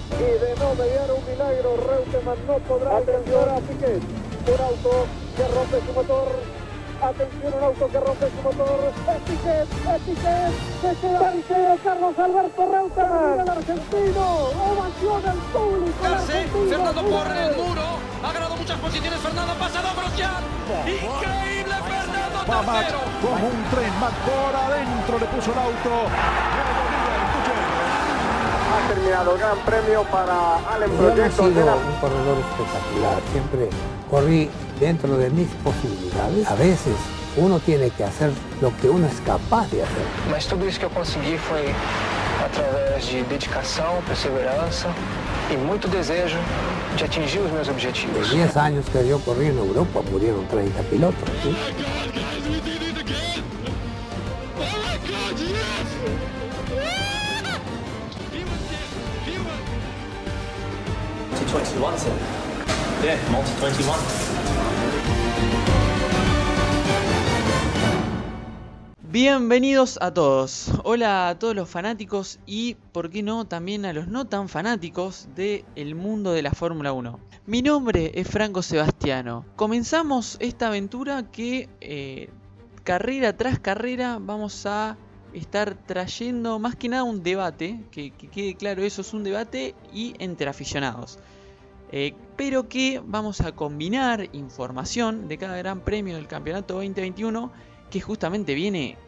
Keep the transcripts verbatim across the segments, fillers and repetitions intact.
Y de no mediar un milagro, Reutemann no podrá alcanzar a Piquet. Un auto que rompe su motor. Atención, un auto que rompe su motor. Es Piquet, es Piquet. Se queda tercero Carlos Alberto Reutemann. El argentino. Ovación al público. Casi, Fernando corre en el muro. Ha ganado muchas posiciones. Fernando ha pasado a Grosjean. Increíble, Fernando tercero. Como un tren, Matt por adentro le puso el auto. Ha terminado el gran premio para Allen Yo Proyecto. he sido un corredor espectacular, siempre corrí dentro de mis posibilidades. A veces uno tiene que hacer lo que uno es capaz de hacer. Mas tudo isso que eu consegui foi através de dedicação, perseverança e muito desejo de atingir os meus objetivos. En diez años que yo corrí en Europa murieron treinta pilotos. ¿Sí? twenty-one, sir. Yeah, multi twenty-one. Bienvenidos a todos. Hola a todos los fanáticos y, por qué no, también a los no tan fanáticos del mundo de la Fórmula uno. Mi nombre es Franco Sebastiano. Comenzamos esta aventura que, eh, carrera tras carrera, vamos a estar trayendo más que nada un debate, que, que quede claro, eso es un debate y entre aficionados. Eh, pero que vamos a combinar información de cada gran premio del campeonato veinte veintiuno, que justamente viene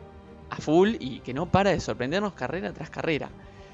a full y que no para de sorprendernos carrera tras carrera.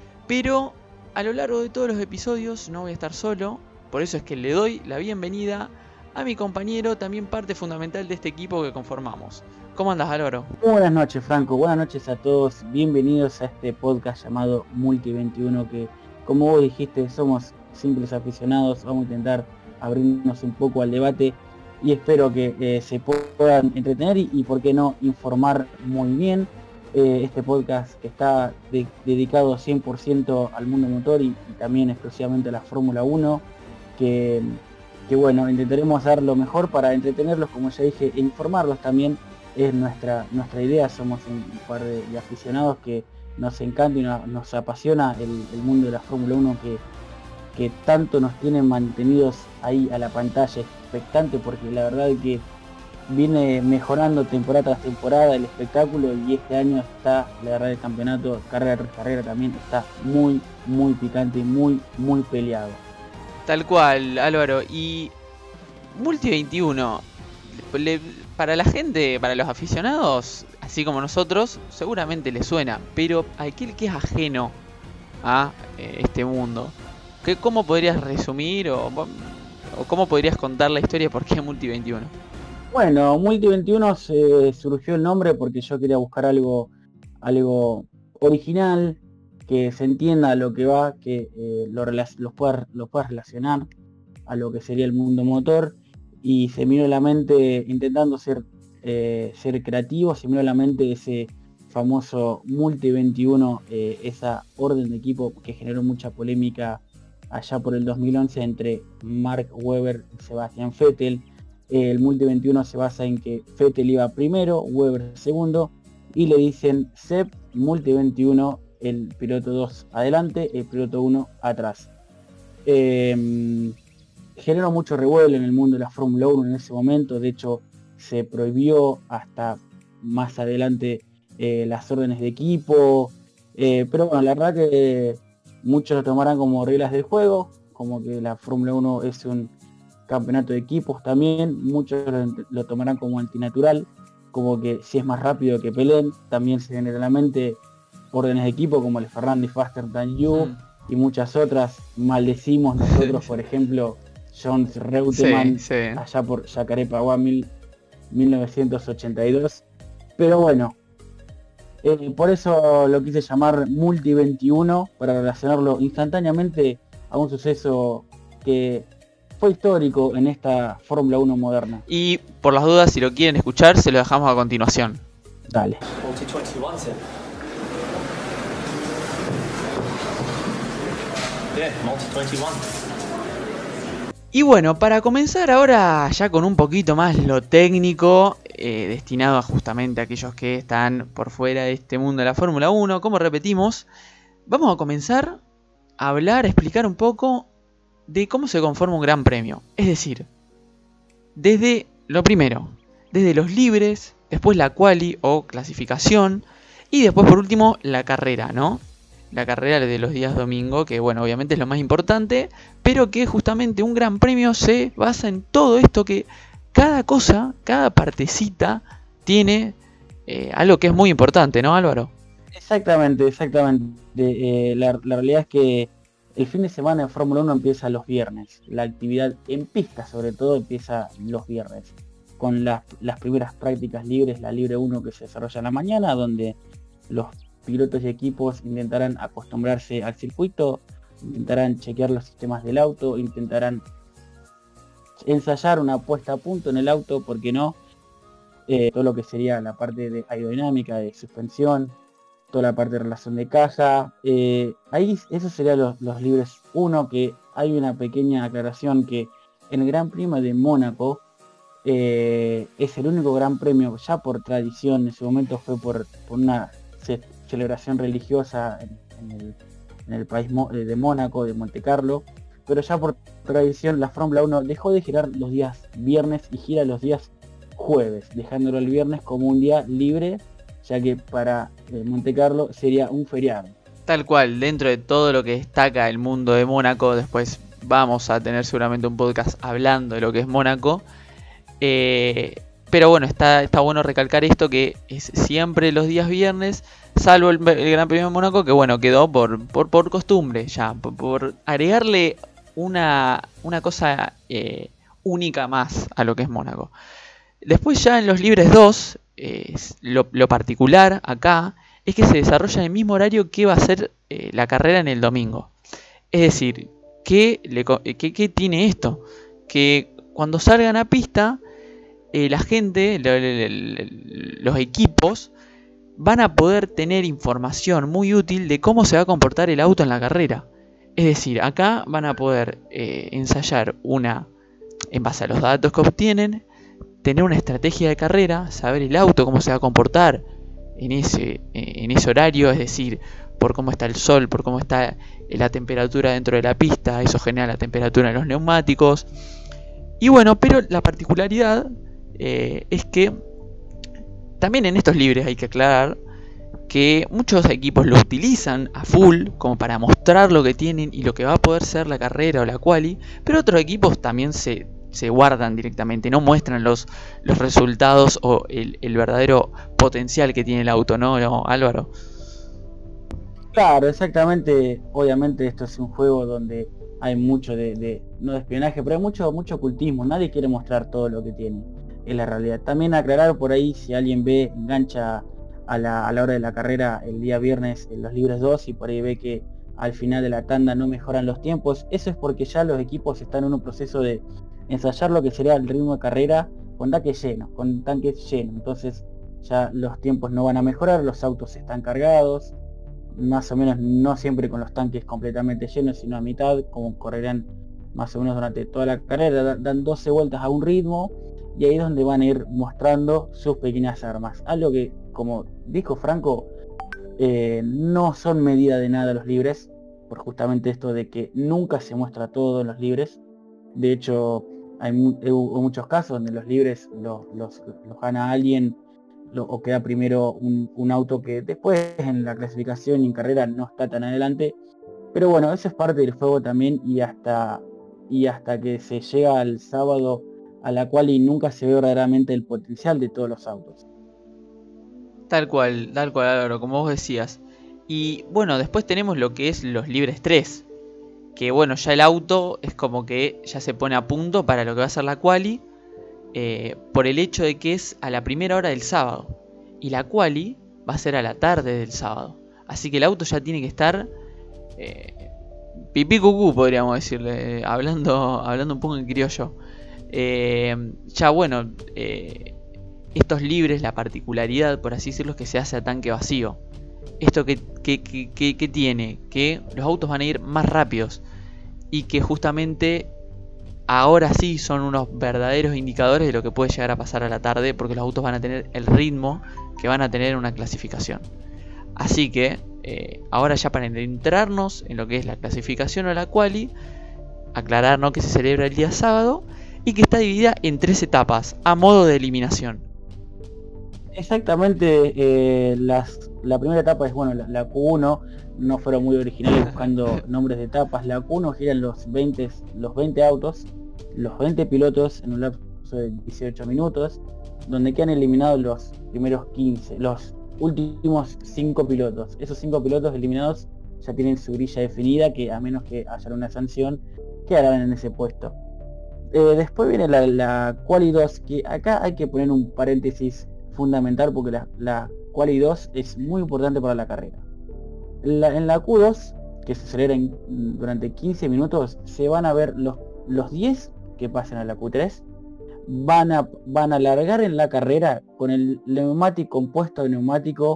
Pero a lo largo de todos los episodios no voy a estar solo, por eso es que le doy la bienvenida a mi compañero, también parte fundamental de este equipo que conformamos. ¿Cómo andas, Álvaro? Buenas noches, Franco, buenas noches a todos, bienvenidos a este podcast llamado Multi veintiuno, que como vos dijiste somos simples aficionados, vamos a intentar abrirnos un poco al debate y espero que eh, se puedan entretener y, y por qué no informar muy bien. Eh, este podcast que está de, dedicado cien por ciento al mundo motor y, y también exclusivamente a la Fórmula uno, que, que bueno, intentaremos dar lo mejor para entretenerlos, como ya dije, e informarlos también. Es nuestra, nuestra idea, somos un, un par de, de aficionados que nos encanta y no, nos apasiona el, el mundo de la Fórmula uno, que que tanto nos tienen mantenidos ahí a la pantalla expectante, porque la verdad es que viene mejorando temporada tras temporada el espectáculo y este año está, la verdad, el campeonato carrera tras carrera también está muy, muy picante y muy, muy peleado. Tal cual, Álvaro. Y Multi veintiuno, le, para la gente, para los aficionados, así como nosotros, seguramente les suena, pero a aquel que es ajeno a eh, este mundo, ¿Qué, ¿cómo podrías resumir o, o cómo podrías contar la historia de por qué Multi veintiuno? Bueno, Multi veintiuno se surgió el nombre porque yo quería buscar algo, algo original, que se entienda a lo que va, que eh, lo, los pueda, lo pueda relacionar a lo que sería el mundo motor, y se me vino a la mente, intentando ser, eh, ser creativo, se me vino a la mente ese famoso Multi veintiuno, eh, esa orden de equipo que generó mucha polémica allá por el dos mil once entre Mark Webber y Sebastian Vettel. Eh, el Multi veintiuno se basa en que Vettel iba primero, Webber segundo, y le dicen Seb Multi veintiuno, el piloto dos adelante, el piloto uno atrás. Eh, generó mucho revuelo en el mundo de la Fórmula uno en ese momento, de hecho se prohibió hasta más adelante eh, las órdenes de equipo, eh, pero bueno, la verdad que muchos lo tomarán como reglas del juego, como que la Fórmula uno es un campeonato de equipos también, muchos lo, lo tomarán como antinatural, como que si es más rápido que peleen. También se viene a la mente órdenes de equipo como el Ferrari Faster Than You mm. y muchas otras. Maldecimos nosotros, por ejemplo, John Reutemann, sí, sí. allá por Jacarepaguá mil novecientos ochenta y dos, pero bueno, Eh, por eso lo quise llamar Multi veintiuno, para relacionarlo instantáneamente a un suceso que fue histórico en esta Fórmula uno moderna. Y por las dudas, si lo quieren escuchar, se lo dejamos a continuación. Dale. multi twenty-one, sir. Yeah, multi twenty-one. Y bueno, para comenzar ahora ya con un poquito más lo técnico, eh, destinado a justamente a aquellos que están por fuera de este mundo de la Fórmula uno, como repetimos, vamos a comenzar hablar, explicar un poco de cómo se conforma un gran premio. Es decir, desde lo primero, desde los libres, después la quali o clasificación y después por último la carrera, ¿no? La carrera de los días domingo, que bueno, obviamente es lo más importante, pero que justamente un gran premio se basa en todo esto, que cada cosa, cada partecita tiene eh, algo que es muy importante, ¿no, Álvaro? Exactamente, exactamente. Eh, la, la realidad es que el fin de semana en Fórmula uno empieza los viernes. La actividad en pista, sobre todo, empieza los viernes. Con las, las primeras prácticas libres, la Libre uno que se desarrolla en la mañana, donde los pilotos y equipos intentarán acostumbrarse al circuito, intentarán chequear los sistemas del auto, intentarán ensayar una puesta a punto en el auto, ¿por qué no? Eh, todo lo que sería la parte de aerodinámica, de suspensión, toda la parte de relación de caja. Eh, ahí esos serían los, los libres uno, que hay una pequeña aclaración que en el Gran Premio de Mónaco eh, es el único gran premio, ya por tradición, en su momento fue por, por una ce celebración religiosa en, en, el, en el país de Mónaco, de Monte Carlo, pero ya por tradición la Fórmula uno dejó de girar los días viernes y gira los días jueves, dejándolo el viernes como un día libre, ya que para eh, Monte Carlo sería un feriado. Tal cual, dentro de todo lo que destaca el mundo de Mónaco, después vamos a tener seguramente un podcast hablando de lo que es Mónaco, eh, pero bueno, está, está bueno recalcar esto, que es siempre los días viernes, salvo el, el Gran Premio de Mónaco, que bueno, quedó por, por, por costumbre ya, por, por agregarle una, una cosa eh, única más a lo que es Mónaco. Después ya en los libres dos, eh, lo, lo particular acá es que se desarrolla en el mismo horario que va a ser eh, la carrera en el domingo. Es decir, ¿qué, le, qué, qué tiene esto? Que cuando salgan a pista, eh, la gente, lo, lo, lo, los equipos, van a poder tener información muy útil de cómo se va a comportar el auto en la carrera. Es decir, acá van a poder eh, ensayar una, en base a los datos que obtienen, tener una estrategia de carrera, saber el auto cómo se va a comportar en ese, en ese horario, es decir, por cómo está el sol, por cómo está la temperatura dentro de la pista, eso genera la temperatura en los neumáticos. Y bueno, pero la particularidad eh, es que también en estos libres hay que aclarar que muchos equipos lo utilizan a full como para mostrar lo que tienen y lo que va a poder ser la carrera o la quali, pero otros equipos también se, se guardan directamente, no muestran los, los resultados o el, el verdadero potencial que tiene el auto, ¿no, ¿no, Álvaro? Claro, exactamente. Obviamente esto es un juego donde hay mucho de, de no de espionaje, pero hay mucho, mucho ocultismo. Nadie quiere mostrar todo lo que tiene, es la realidad. También aclarar por ahí, si alguien ve, engancha a la, a la hora de la carrera el día viernes en los libres dos y por ahí ve que al final de la tanda no mejoran los tiempos, eso es porque ya los equipos están en un proceso de ensayar lo que sería el ritmo de carrera con tanques llenos, con tanques llenos. Entonces ya los tiempos no van a mejorar, los autos están cargados, más o menos no siempre con los tanques completamente llenos, sino a mitad, como correrán más o menos durante toda la carrera, dan doce vueltas a un ritmo y ahí es donde van a ir mostrando sus pequeñas armas. Algo que, como dijo Franco, eh, no son medida de nada los libres, por justamente esto de que nunca se muestra todo en los libres. De hecho, hay, mu hay muchos casos donde los libres los, los, los gana alguien lo, o queda primero un, un auto que después en la clasificación y en carrera no está tan adelante. Pero bueno, eso es parte del juego también, y hasta, y hasta que se llega al sábado a la cual y nunca se ve verdaderamente el potencial de todos los autos. Tal cual, tal cual, Álvaro, como vos decías. Y bueno, después tenemos lo que es los libres tres. Que bueno, ya el auto es como que ya se pone a punto para lo que va a ser la quali. Eh, por el hecho de que es a la primera hora del sábado. Y la quali va a ser a la tarde del sábado. Así que el auto ya tiene que estar eh, pipí cucú, podríamos decirle. Hablando, hablando un poco en criollo. Eh, ya bueno, eh, estos libres, la particularidad, por así decirlo, es que se hace a tanque vacío. Esto que, que, que, que, que tiene, que los autos van a ir más rápidos y que justamente ahora sí son unos verdaderos indicadores de lo que puede llegar a pasar a la tarde, porque los autos van a tener el ritmo que van a tener en una clasificación. Así que Eh, ahora ya para entrarnos en lo que es la clasificación o la quali, aclarar, ¿no?, que se celebra el día sábado y que está dividida en tres etapas a modo de eliminación. Exactamente, eh, las, la primera etapa es, bueno, la, la Q uno, no fueron muy originales buscando nombres de etapas. La Q uno giran los veinte, los veinte autos, los veinte pilotos en un lapso de dieciocho minutos, donde quedan eliminados los primeros quince, los últimos cinco pilotos. Esos cinco pilotos eliminados ya tienen su grilla definida, que a menos que haya una sanción, quedarán en ese puesto. Eh, después viene la, la Quali dos, que acá hay que poner un paréntesis fundamental porque la, la Quali dos es muy importante para la carrera. La, en la Q dos, que se acelera en, durante quince minutos, se van a ver los, los diez que pasen a la Q tres, van a, van a largar en la carrera con el neumático, compuesto de neumático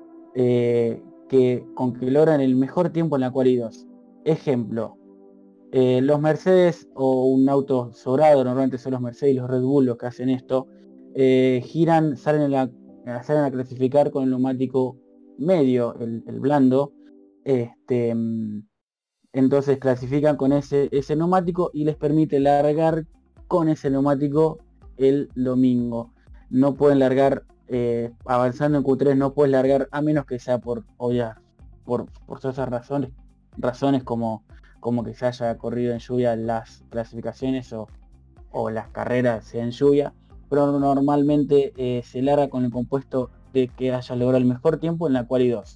eh, que, con que logran el mejor tiempo en la Quali dos. Ejemplo, eh, los Mercedes o un auto sobrado, normalmente son los Mercedes y los Red Bull los que hacen esto, eh, giran, salen a, salen a clasificar con el neumático medio, el, el blando, este, entonces clasifican con ese, ese neumático y les permite largar con ese neumático el domingo. No pueden largar, eh, avanzando en Q tres no puedes largar, a menos que sea por obvias, por, por todas esas razones, razones como, como que se haya corrido en lluvia las clasificaciones o, o las carreras sean en lluvia, pero normalmente eh, se larga con el compuesto de que haya logrado el mejor tiempo en la Quali dos.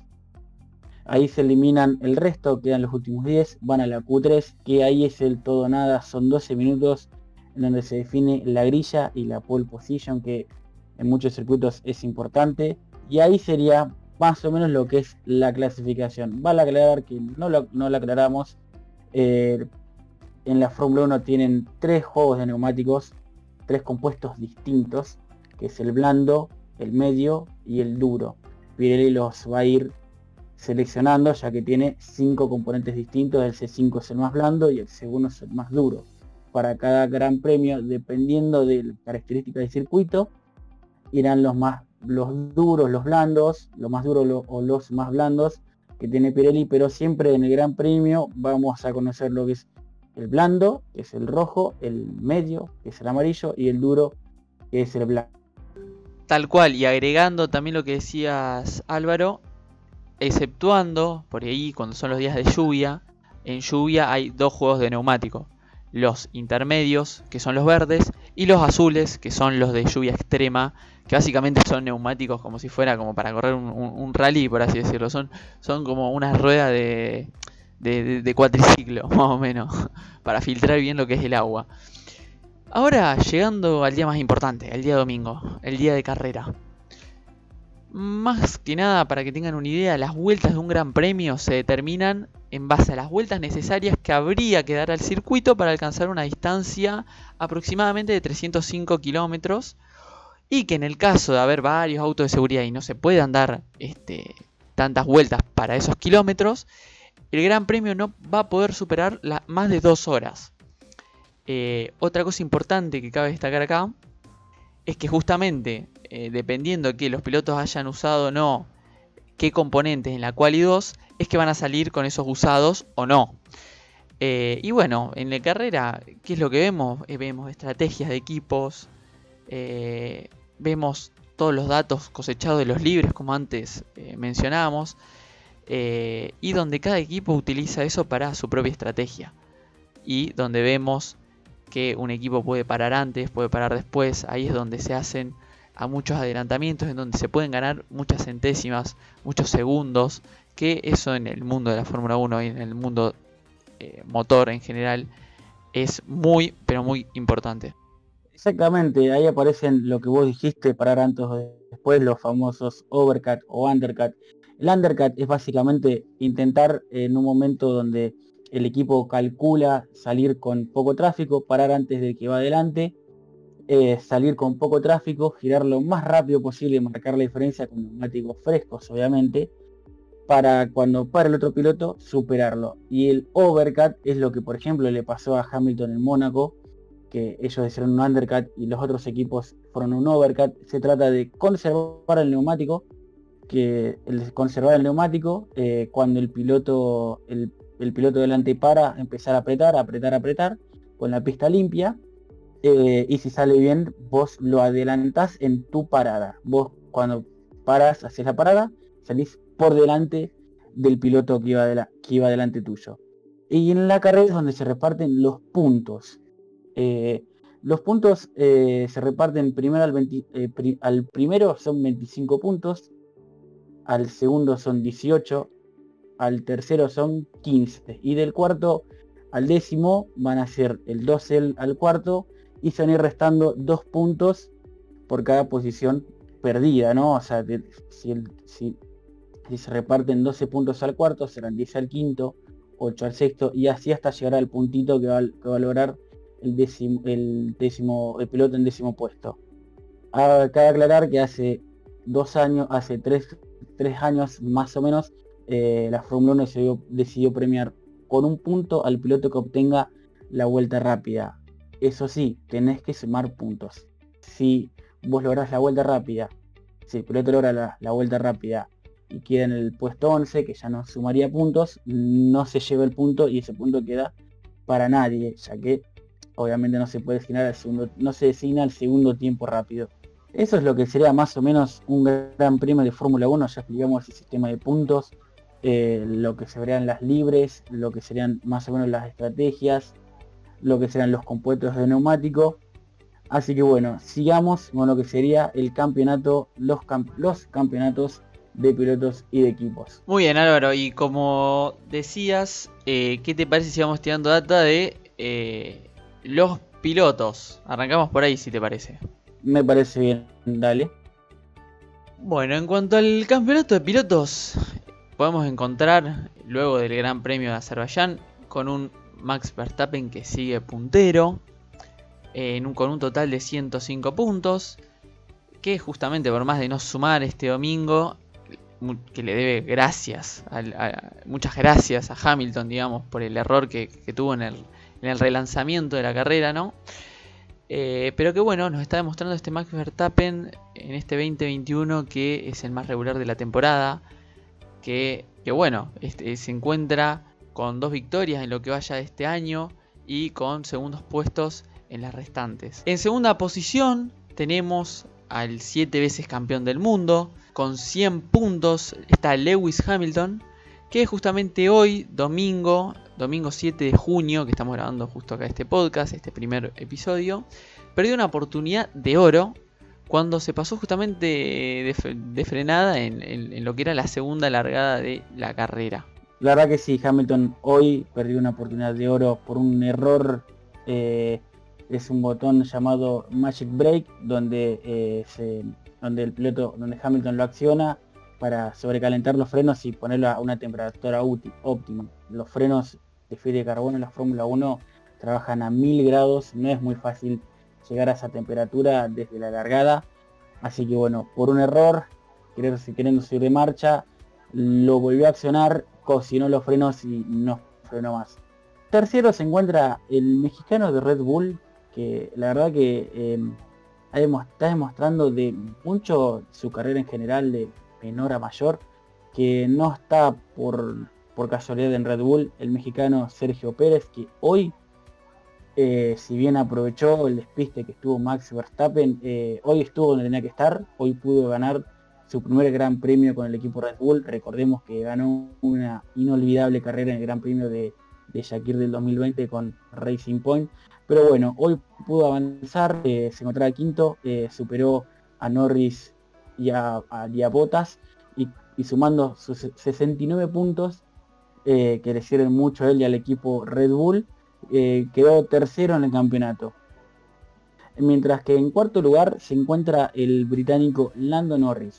Ahí se eliminan el resto, quedan los últimos diez, van a la Q tres, que ahí es el todo nada, son doce minutos en donde se define la grilla y la pole position, que en muchos circuitos es importante, y ahí sería más o menos lo que es la clasificación. Vale aclarar que no lo, no lo aclaramos, eh, en la Fórmula uno tienen tres juegos de neumáticos, tres compuestos distintos, que es el blando, el medio y el duro. Pirelli los va a ir seleccionando ya que tiene cinco componentes distintos, el C cinco es el más blando y el C uno es el más duro. Para cada gran premio, dependiendo de las características del circuito, irán los más los duros, los blandos, los más duros lo, o los más blandos que tiene Pirelli, pero siempre en el gran premio vamos a conocer lo que es el blando, que es el rojo, el medio, que es el amarillo, y el duro, que es el blanco. Tal cual, y agregando también lo que decías, Álvaro, exceptuando por ahí cuando son los días de lluvia, en lluvia hay dos juegos de neumático, los intermedios, que son los verdes, y los azules, que son los de lluvia extrema, que básicamente son neumáticos como si fuera como para correr un, un, un rally, por así decirlo, son, son como una rueda de, de, de, de cuatriciclo, más o menos, para filtrar bien lo que es el agua. Ahora, llegando al día más importante, el día domingo, el día de carrera. Más que nada, para que tengan una idea, las vueltas de un gran premio se determinan en base a las vueltas necesarias que habría que dar al circuito para alcanzar una distancia aproximadamente de trescientos cinco kilómetros, y que en el caso de haber varios autos de seguridad y no se puedan dar este, tantas vueltas para esos kilómetros, el gran premio no va a poder superar la, más de dos horas. Eh, otra cosa importante que cabe destacar acá es que justamente eh, dependiendo de que los pilotos hayan usado o no qué componentes en la Quali dos, es que van a salir con esos usados o no. Eh, y bueno, en la carrera, ¿qué es lo que vemos? Eh, vemos estrategias de equipos, eh, vemos todos los datos cosechados de los libres, como antes eh, mencionábamos, eh, y donde cada equipo utiliza eso para su propia estrategia. Y donde vemos que un equipo puede parar antes, puede parar después, ahí es donde se hacen a muchos adelantamientos, en donde se pueden ganar muchas centésimas, muchos segundos, que eso en el mundo de la Fórmula uno y en el mundo eh, motor en general es muy, pero muy importante. Exactamente, ahí aparecen lo que vos dijiste, parar antes o después, los famosos overcut o undercut. El undercut es básicamente intentar en un momento donde el equipo calcula salir con poco tráfico, parar antes de que va adelante, eh, salir con poco tráfico, girar lo más rápido posible y marcar la diferencia con neumáticos frescos, obviamente, para cuando para el otro piloto superarlo. Y el overcut es lo que por ejemplo le pasó a Hamilton en Mónaco, que ellos hicieron un undercut y los otros equipos fueron un overcut. Se trata de conservar el neumático que el conservar el neumático, eh, cuando el piloto, el, el piloto delante para, empezar a apretar, apretar, apretar, con la pista limpia, eh, y si sale bien, vos lo adelantás en tu parada. Vos cuando paras, haces la parada, salís por delante del piloto que iba, de la, que iba delante tuyo. Y en la carrera es donde se reparten los puntos. Eh, los puntos eh, se reparten primero al, veinte, eh, pri, al primero son veinticinco puntos, al segundo son dieciocho, al tercero son quince, y del cuarto al décimo van a ser el doce al, al cuarto, y se van a ir restando dos puntos por cada posición perdida, ¿no? O sea, de, si, el, si, si se reparten doce puntos al cuarto, serán diez al quinto, ocho al sexto, y así hasta llegar al puntito que va, que va a lograr el décimo, el décimo, el piloto en décimo puesto. Ah, cabe aclarar que hace dos años, hace tres, tres años más o menos, eh, la Fórmula uno decidió, decidió premiar con un punto al piloto que obtenga la vuelta rápida. Eso sí, tenés que sumar puntos. Si vos lográs la vuelta rápida, si el piloto logra la, la vuelta rápida y queda en el puesto once, que ya no sumaría puntos, no se lleva el punto y ese punto queda para nadie, ya que obviamente no se puede designar el segundo, no se designa el segundo tiempo rápido. Eso es lo que sería más o menos un gran premio de Fórmula uno. Ya explicamos el sistema de puntos, eh, lo que serían las libres, lo que serían más o menos las estrategias, lo que serán los compuestos de neumático. Así que bueno, sigamos con lo que sería el campeonato, los, camp los campeonatos de pilotos y de equipos. Muy bien, Álvaro, y como decías, eh, ¿qué te parece si vamos tirando data de eh, los pilotos? Arrancamos por ahí, si te parece. Me parece bien, dale. Bueno, en cuanto al campeonato de pilotos, podemos encontrar, luego del Gran Premio de Azerbaiyán, con un Max Verstappen que sigue puntero, eh, en un, con un total de ciento cinco puntos, que justamente por más de no sumar este domingo, que le debe gracias, a, a, muchas gracias a Hamilton, digamos, por el error que, que tuvo en el, en el relanzamiento de la carrera, ¿no? Eh, pero que bueno, nos está demostrando este Max Verstappen en este veinte veintiuno que es el más regular de la temporada, que, que bueno, este, se encuentra con dos victorias en lo que vaya de este año y con segundos puestos en las restantes. En segunda posición tenemos al siete veces campeón del mundo, con cien puntos está Lewis Hamilton, que justamente hoy, domingo, domingo siete de junio, que estamos grabando justo acá este podcast, este primer episodio, perdió una oportunidad de oro cuando se pasó justamente de, de frenada en, en, en lo que era la segunda largada de la carrera. La verdad que sí, Hamilton hoy perdió una oportunidad de oro por un error, eh, es un botón llamado Magic Brake, donde, eh, se, donde el piloto, donde Hamilton lo acciona para sobrecalentar los frenos y ponerlo a una temperatura óptima. Los frenos de fibra de carbono en la Fórmula uno trabajan a mil grados, no es muy fácil llegar a esa temperatura desde la largada, así que bueno, por un error, querer, queriendo subir de marcha, lo volvió a accionar, cocinó los frenos y no frenó más. Tercero se encuentra el mexicano de Red Bull, que la verdad que eh, está demostrando de mucho su carrera en general, de menor a mayor, que no está por, por casualidad en Red Bull. El mexicano Sergio Pérez, que hoy, eh, si bien aprovechó el despiste que estuvo Max Verstappen, eh, hoy estuvo donde tenía que estar, hoy pudo ganar su primer gran premio con el equipo Red Bull. Recordemos que ganó una inolvidable carrera en el Gran Premio de, de Shakir del dos mil veinte con Racing Point. Pero bueno, hoy pudo avanzar, eh, se encontraba quinto, eh, superó a Norris y a, a, y a Bottas, y, y sumando sus sesenta y nueve puntos, eh, que le sirven mucho a él y al equipo Red Bull, eh, quedó tercero en el campeonato. Mientras que en cuarto lugar se encuentra el británico Lando Norris.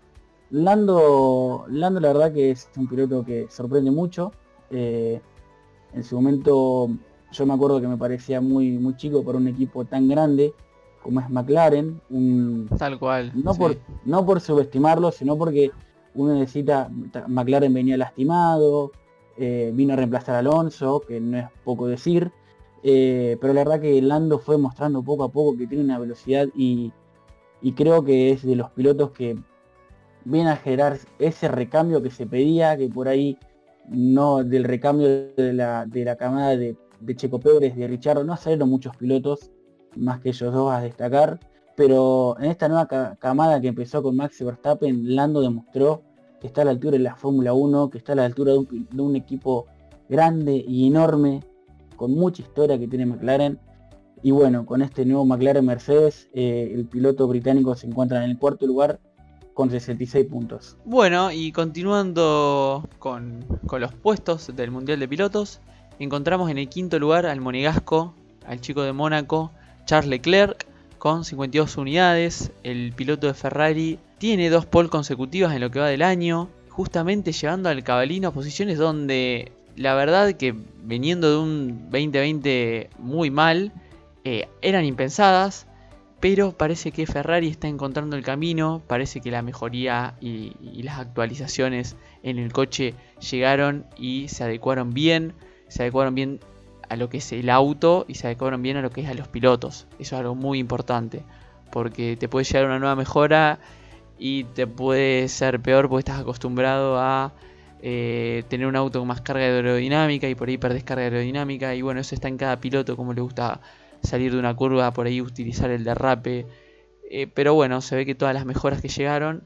Lando, Lando la verdad que es un piloto que sorprende mucho. Eh, en su momento yo me acuerdo que me parecía muy, muy chico para un equipo tan grande como es McLaren. Un, Tal cual. No, sí. por, no por subestimarlo, sino porque uno necesita, McLaren venía lastimado, eh, vino a reemplazar a Alonso, que no es poco decir. Eh, pero la verdad que Lando fue mostrando poco a poco que tiene una velocidad y, y creo que es de los pilotos que viene a generar ese recambio que se pedía, que por ahí no del recambio de la, de la camada de, de Checo Pérez, de Ricciardo, no salieron muchos pilotos, más que ellos dos a destacar, pero en esta nueva ca camada que empezó con Max Verstappen, Lando demostró que está a la altura de la Fórmula uno, que está a la altura de un, de un equipo grande y enorme, con mucha historia que tiene McLaren. Y bueno, con este nuevo McLaren Mercedes, eh, el piloto británico se encuentra en el cuarto lugar con sesenta y seis puntos. Bueno, y continuando con, con los puestos del Mundial de Pilotos, encontramos en el quinto lugar al monegasco, al chico de Mónaco, Charles Leclerc, con cincuenta y dos unidades. El piloto de Ferrari tiene dos pole consecutivas en lo que va del año, justamente llevando al cabalino a posiciones donde la verdad que viniendo de un veinte veinte muy mal, eh, eran impensadas, pero parece que Ferrari está encontrando el camino, parece que la mejoría y, y las actualizaciones en el coche llegaron y se adecuaron bien, se adecuaron bien a lo que es el auto y se adecuaron bien a lo que es a los pilotos. Eso es algo muy importante, porque te puede llegar una nueva mejora y te puede ser peor porque estás acostumbrado a eh, tener un auto con más carga de aerodinámica y por ahí perdés carga aerodinámica, y bueno, eso está en cada piloto, como le gusta salir de una curva, por ahí utilizar el derrape, eh, pero bueno, se ve que todas las mejoras que llegaron,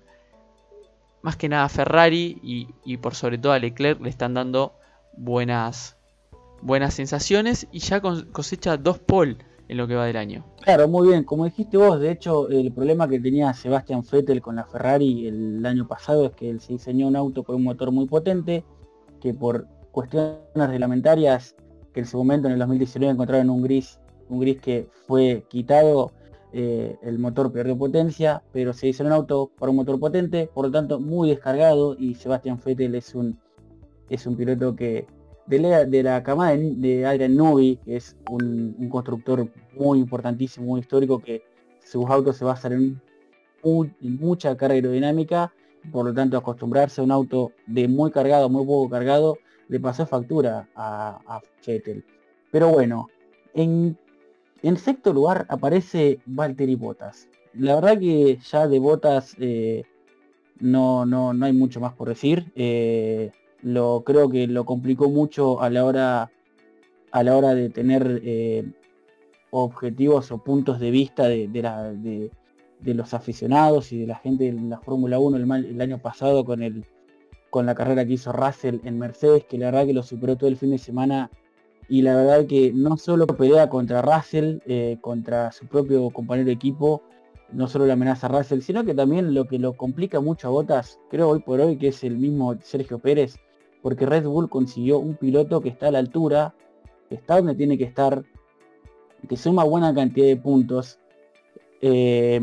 más que nada a Ferrari y, y por sobre todo a Leclerc, le están dando buenas buenas sensaciones y ya cosecha dos pole en lo que va del año. Claro, muy bien, como dijiste vos, de hecho el problema que tenía Sebastian Vettel con la Ferrari el año pasado es que él se diseñó un auto con un motor muy potente, que por cuestiones reglamentarias, que en su momento en el dos mil diecinueve encontraron un gris, un gris que fue quitado, eh, el motor perdió potencia, pero se diseñó un auto para un motor potente, por lo tanto muy descargado, y Sebastian Vettel es un, es un piloto que de la, de la camada de, de Adrian Newey, que es un, un constructor muy importantísimo, muy histórico, que sus autos se basan en, un, en mucha carga aerodinámica, por lo tanto acostumbrarse a un auto de muy cargado, muy poco cargado, le pasó factura a, a Vettel. Pero bueno, en, en sexto lugar aparece Valtteri Bottas. La verdad que ya de Bottas eh, no, no, no hay mucho más por decir. Eh, Lo, creo que lo complicó mucho a la hora a la hora de tener eh, objetivos o puntos de vista de, de, la, de, de los aficionados y de la gente de la Fórmula uno el, el año pasado con el con la carrera que hizo Russell en Mercedes, que la verdad que lo superó todo el fin de semana, y la verdad que no solo pelea contra Russell, eh, contra su propio compañero de equipo, no solo la amenaza a Russell, sino que también lo que lo complica mucho a Bottas, creo hoy por hoy, que es el mismo Sergio Pérez, porque Red Bull consiguió un piloto que está a la altura, que está donde tiene que estar, que suma buena cantidad de puntos, eh,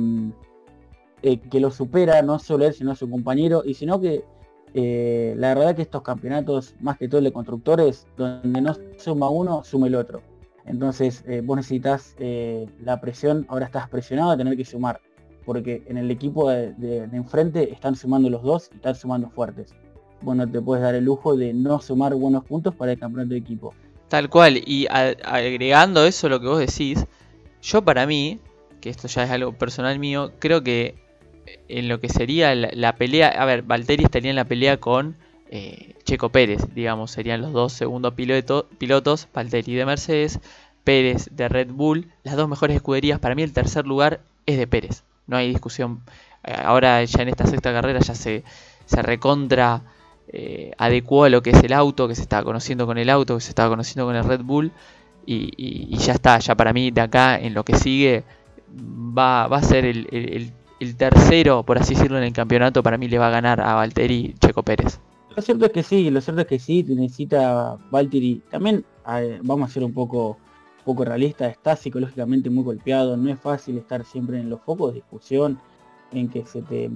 eh, que lo supera no solo él, sino su compañero, y sino que eh, la verdad que estos campeonatos, más que todo el de constructores, donde no suma uno, suma el otro. Entonces eh, vos necesitas eh, la presión, ahora estás presionado a tener que sumar, porque en el equipo de, de, de enfrente están sumando los dos y están sumando fuertes. Bueno, te puedes dar el lujo de no sumar buenos puntos para el campeonato de equipo. Tal cual, y a, agregando eso lo que vos decís, yo para mí, que esto ya es algo personal mío, creo que en lo que sería la, la pelea, a ver, Valtteri estaría en la pelea con eh, Checo Pérez, digamos, serían los dos segundos piloto, pilotos, Valtteri de Mercedes, Pérez de Red Bull, las dos mejores escuderías. Para mí el tercer lugar es de Pérez, no hay discusión. Ahora ya en esta sexta carrera ya se, se recontra eh, adecuó a lo que es el auto, que se estaba conociendo con el auto, que se estaba conociendo con el Red Bull, y, y, y ya está, ya para mí de acá en lo que sigue va, va a ser el, el, el tercero, por así decirlo, en el campeonato. Para mí le va a ganar a Valtteri Checo Pérez. Lo cierto es que sí, lo cierto es que sí, necesita Valtteri. También eh, vamos a ser un poco, un poco realistas, está psicológicamente muy golpeado, no es fácil estar siempre en los focos de discusión, en que se te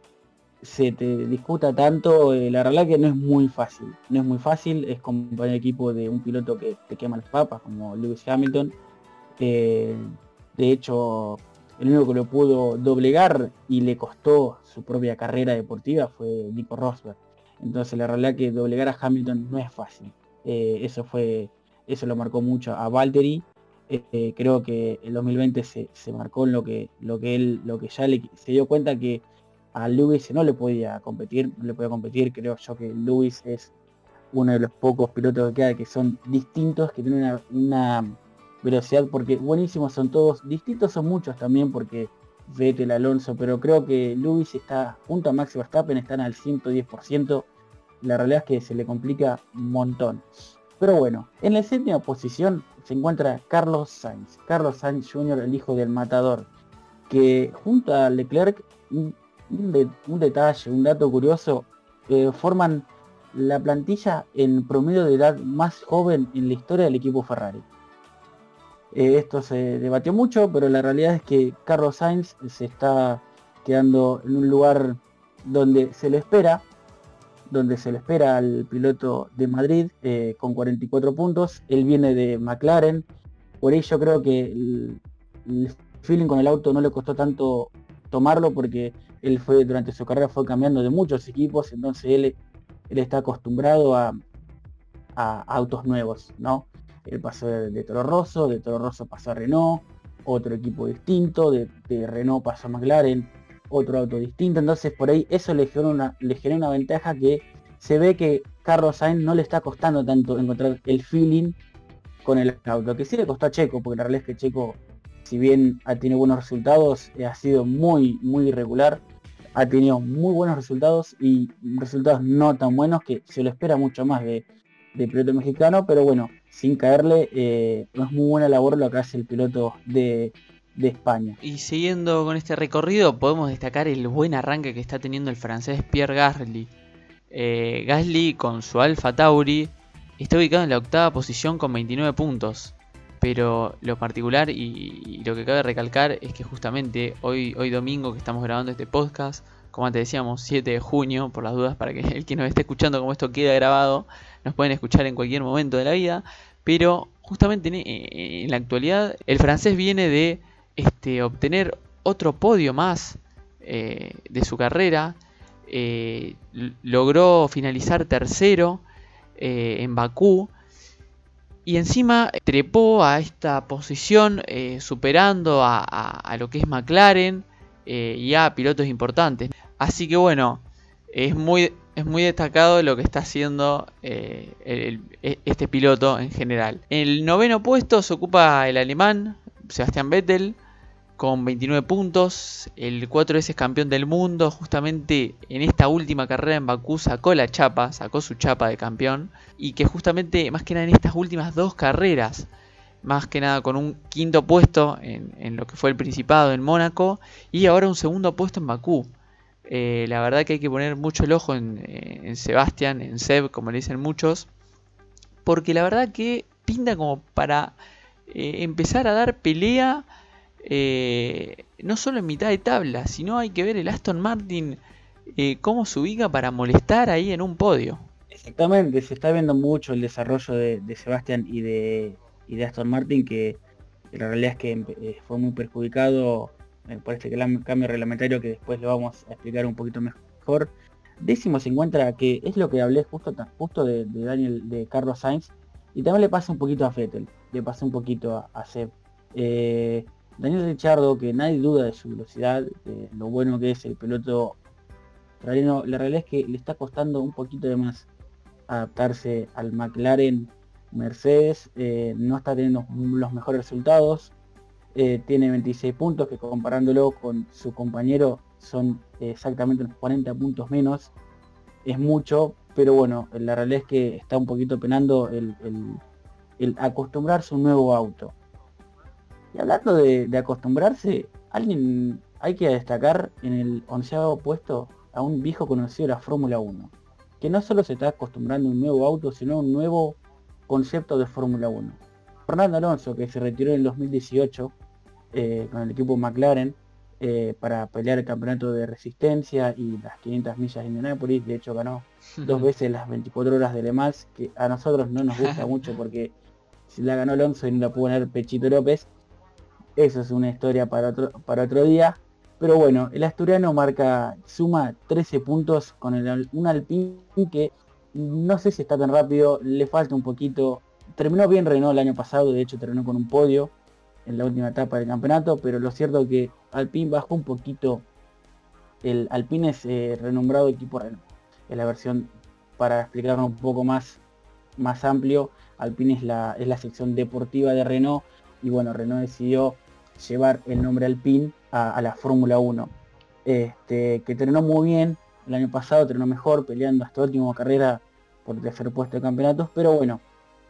se te discuta tanto, eh, la verdad que no es muy fácil, no es muy fácil, es compañero de equipo de un piloto que te quema las papas, como Lewis Hamilton. Eh, de hecho, el único que lo pudo doblegar y le costó su propia carrera deportiva fue Nico Rosberg. Entonces la realidad que doblegar a Hamilton no es fácil. Eh, eso fue, eso lo marcó mucho a Valtteri. Eh, eh, creo que el dos mil veinte se, se marcó en lo que, lo que él, lo que ya le, se dio cuenta que a Lewis no le podía competir, no le podía competir, creo yo que Lewis es uno de los pocos pilotos que queda que son distintos, que tienen una, una velocidad, porque buenísimos son todos, distintos son muchos también, porque Vettel, Alonso, pero creo que Lewis está junto a Max Verstappen, están al ciento diez por ciento, la realidad es que se le complica un montón. Pero bueno, en la séptima posición se encuentra Carlos Sainz, Carlos Sainz junior, el hijo del matador, que junto a Leclerc, un, un, de, un detalle, un dato curioso, eh, forman la plantilla en promedio de edad más joven en la historia del equipo Ferrari. Eh, esto se debatió mucho, pero la realidad es que Carlos Sainz se está quedando en un lugar donde se le espera, donde se le espera al piloto de Madrid eh, con cuarenta y cuatro puntos. Él viene de McLaren, por ello creo que el, el feeling con el auto no le costó tanto tomarlo, porque él fue durante su carrera fue cambiando de muchos equipos, entonces él, él está acostumbrado a, a autos nuevos, ¿no? Él pasó de, de Toro Rosso, de Toro Rosso pasó a Renault, otro equipo distinto, de, de Renault pasó a McLaren, otro auto distinto, entonces por ahí eso le genera una, le genera una ventaja que se ve que Carlos Sainz no le está costando tanto encontrar el feeling con el auto, que sí le costó a Checo, porque la realidad es que Checo, si bien ha tenido buenos resultados, eh, ha sido muy, muy irregular, ha tenido muy buenos resultados y resultados no tan buenos, que se lo espera mucho más de, de piloto mexicano, pero bueno, sin caerle, eh, no es muy buena labor lo que hace el piloto de, de España. Y siguiendo con este recorrido, podemos destacar el buen arranque que está teniendo el francés Pierre Gasly. Eh, Gasly con su Alfa Tauri está ubicado en la octava posición con veintinueve puntos. Pero lo particular y, y lo que cabe recalcar es que justamente hoy, hoy domingo que estamos grabando este podcast, como antes decíamos, siete de junio, por las dudas, para que el que nos esté escuchando como esto queda grabado, nos pueden escuchar en cualquier momento de la vida. Pero justamente en, en la actualidad el francés viene de este, obtener otro podio más eh, de su carrera. Eh, logró finalizar tercero eh, en Bakú. Y encima trepó a esta posición eh, superando a, a, a lo que es McLaren eh, y a pilotos importantes. Así que bueno, es muy, es muy destacado lo que está haciendo eh, el, el, este piloto en general. En el noveno puesto se ocupa el alemán Sebastian Vettel con veintinueve puntos. El cuatro veces campeón del mundo, justamente en esta última carrera en Bakú sacó la chapa, sacó su chapa de campeón. Y que justamente, más que nada en estas últimas dos carreras, más que nada con un quinto puesto en, en lo que fue el Principado en Mónaco y ahora un segundo puesto en Bakú. Eh, la verdad que hay que poner mucho el ojo en, en Sebastian, en Seb, como le dicen muchos, porque la verdad que pinta como para eh, empezar a dar pelea, eh, no solo en mitad de tabla, sino hay que ver el Aston Martin eh, cómo se ubica para molestar ahí en un podio. Exactamente, se está viendo mucho el desarrollo de, de Sebastian y de, y de Aston Martin, que, que la realidad es que eh, fue muy perjudicado eh, por este cambio reglamentario que después lo vamos a explicar un poquito mejor. Décimo se encuentra, que es lo que hablé justo, justo de, de Daniel, de Carlos Sainz, y también le pasa un poquito a Vettel, le pasa un poquito a, a Seb. Eh, Daniel Ricciardo, que nadie duda de su velocidad, de lo bueno que es el piloto italiano, la realidad es que le está costando un poquito de más adaptarse al McLaren Mercedes, eh, no está teniendo los mejores resultados, eh, tiene veintiséis puntos, que comparándolo con su compañero son exactamente unos cuarenta puntos menos, es mucho, pero bueno, la realidad es que está un poquito penando el, el, el acostumbrarse a un nuevo auto. Y hablando de, de acostumbrarse, alguien hay que destacar en el onceavo puesto a un viejo conocido de la Fórmula uno, que no solo se está acostumbrando a un nuevo auto, sino a un nuevo concepto de Fórmula uno. Fernando Alonso, que se retiró en el dos mil dieciocho eh, con el equipo McLaren eh, para pelear el campeonato de resistencia y las quinientas millas de Indianápolis. De hecho ganó dos veces las veinticuatro horas de Le Mans, que a nosotros no nos gusta mucho porque si la ganó Alonso y no la pudo ganar Pechito López, eso es una historia para otro, para otro día. Pero bueno, el asturiano marca, suma trece puntos con el, un Alpine que no sé si está tan rápido, le falta un poquito. Terminó bien Renault el año pasado, de hecho terminó con un podio en la última etapa del campeonato, pero lo cierto es que Alpine bajó un poquito el Alpine es eh, renombrado equipo Renault. Es la versión, para explicarlo un poco más, más amplio, Alpine es la, es la sección deportiva de Renault, y bueno, Renault decidió llevar el nombre Alpine a, a la Fórmula uno. Este, que terminó muy bien, el año pasado terminó mejor, peleando hasta la última carrera por el tercer puesto de campeonatos, pero bueno.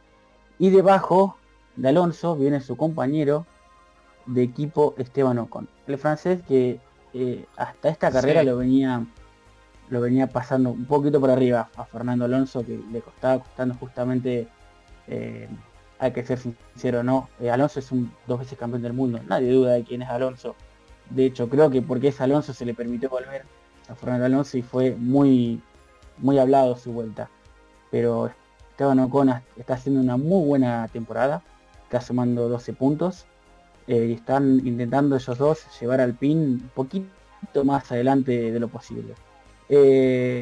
Y debajo de Alonso viene su compañero de equipo Esteban Ocon, el francés que eh, hasta esta carrera sí. lo venía lo venía pasando un poquito por arriba a Fernando Alonso, que le costaba costando justamente, eh, hay que ser sincero, ¿no? Eh, Alonso es un dos veces campeón del mundo, nadie duda de quién es Alonso. De hecho, creo que porque es Alonso se le permitió volver a Fernando Alonso y fue muy, muy hablado su vuelta. Pero Esteban Ocon está haciendo una muy buena temporada, está sumando doce puntos, eh, y están intentando ellos dos llevar al Alpine un poquito más adelante de lo posible. Eh,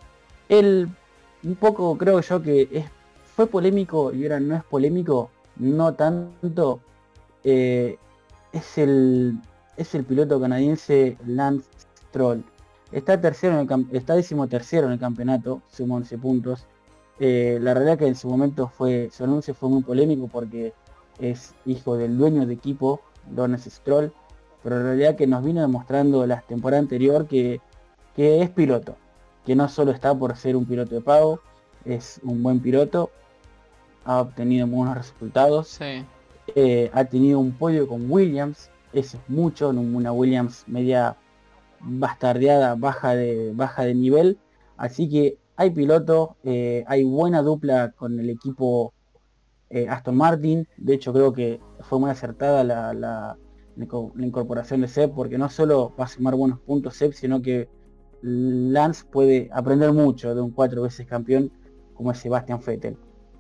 él, un poco creo yo que es, fue polémico y ahora no es polémico, no tanto, eh, es el es el piloto canadiense Lance Stroll. Está tercero en el está décimo tercero en el campeonato, suma once puntos. Eh, la realidad que en su momento fue, su anuncio fue muy polémico porque es hijo del dueño de equipo, Lance Stroll, pero la realidad que nos vino demostrando la temporada anterior que, que es piloto, que no solo está por ser un piloto de pago, es un buen piloto, ha obtenido buenos resultados, sí. eh, ha tenido un podio con Williams, eso es mucho, una Williams media bastardeada, baja de, baja de nivel, así que hay piloto, eh, hay buena dupla con el equipo eh, Aston Martin. De hecho creo que fue muy acertada la, la, la incorporación de Seb, porque no solo va a sumar buenos puntos Seb, sino que Lance puede aprender mucho de un cuatro veces campeón como es Sebastian Vettel.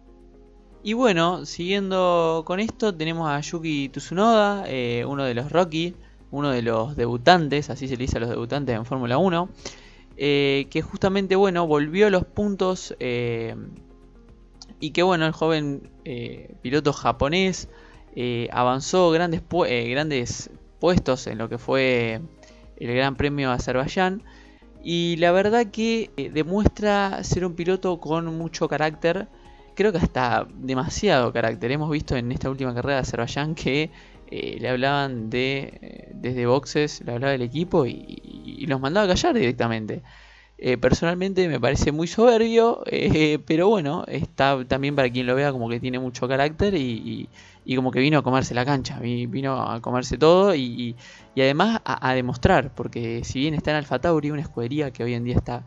Y bueno, siguiendo con esto, tenemos a Yuki Tsunoda, eh, uno de los Rocky, uno de los debutantes, así se le dice a los debutantes en Fórmula uno, eh, que justamente, bueno, volvió a los puntos, eh, y que bueno, el joven eh, piloto japonés eh, avanzó grandes, pu eh, grandes puestos en lo que fue el Gran Premio de Azerbaiyán, y la verdad que eh, demuestra ser un piloto con mucho carácter. Creo que hasta demasiado carácter. Hemos visto en esta última carrera de Azerbaiyán que eh, le hablaban de eh, desde boxes, le hablaba del equipo y, y, y los mandaba a callar directamente. Eh, personalmente me parece muy soberbio, eh, pero bueno, está también para quien lo vea como que tiene mucho carácter y, y, y como que vino a comerse la cancha, vino a comerse todo y, y, y además a, a demostrar, porque si bien está en Alfa Tauri, una escudería que hoy en día está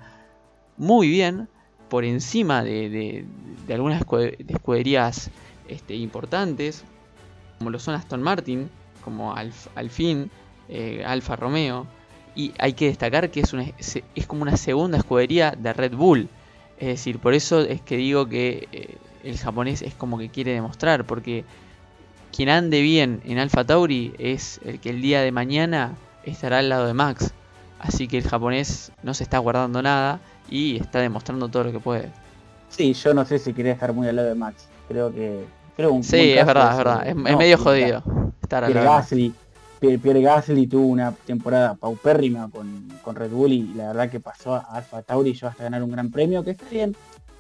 muy bien, por encima de, de, de algunas escuderías este, importantes, como lo son Aston Martin, como Alf, Alpine, eh, Alfa Romeo, y hay que destacar que es, una, es como una segunda escudería de Red Bull, es decir, por eso es que digo que eh, el japonés es como que quiere demostrar, porque quien ande bien en Alfa Tauri es el que el día de mañana estará al lado de Max, así que el japonés no se está guardando nada y está demostrando todo lo que puede. Sí, yo no sé si quería estar muy al lado de Max. Creo que... Creo un, sí, un es verdad, es verdad. Es, no, es medio jodido estar al lado. Gasly, Pierre, Pierre Gasly tuvo una temporada paupérrima con, con Red Bull y la verdad que pasó a Alfa Tauri y llegó hasta ganar un gran premio, que está bien.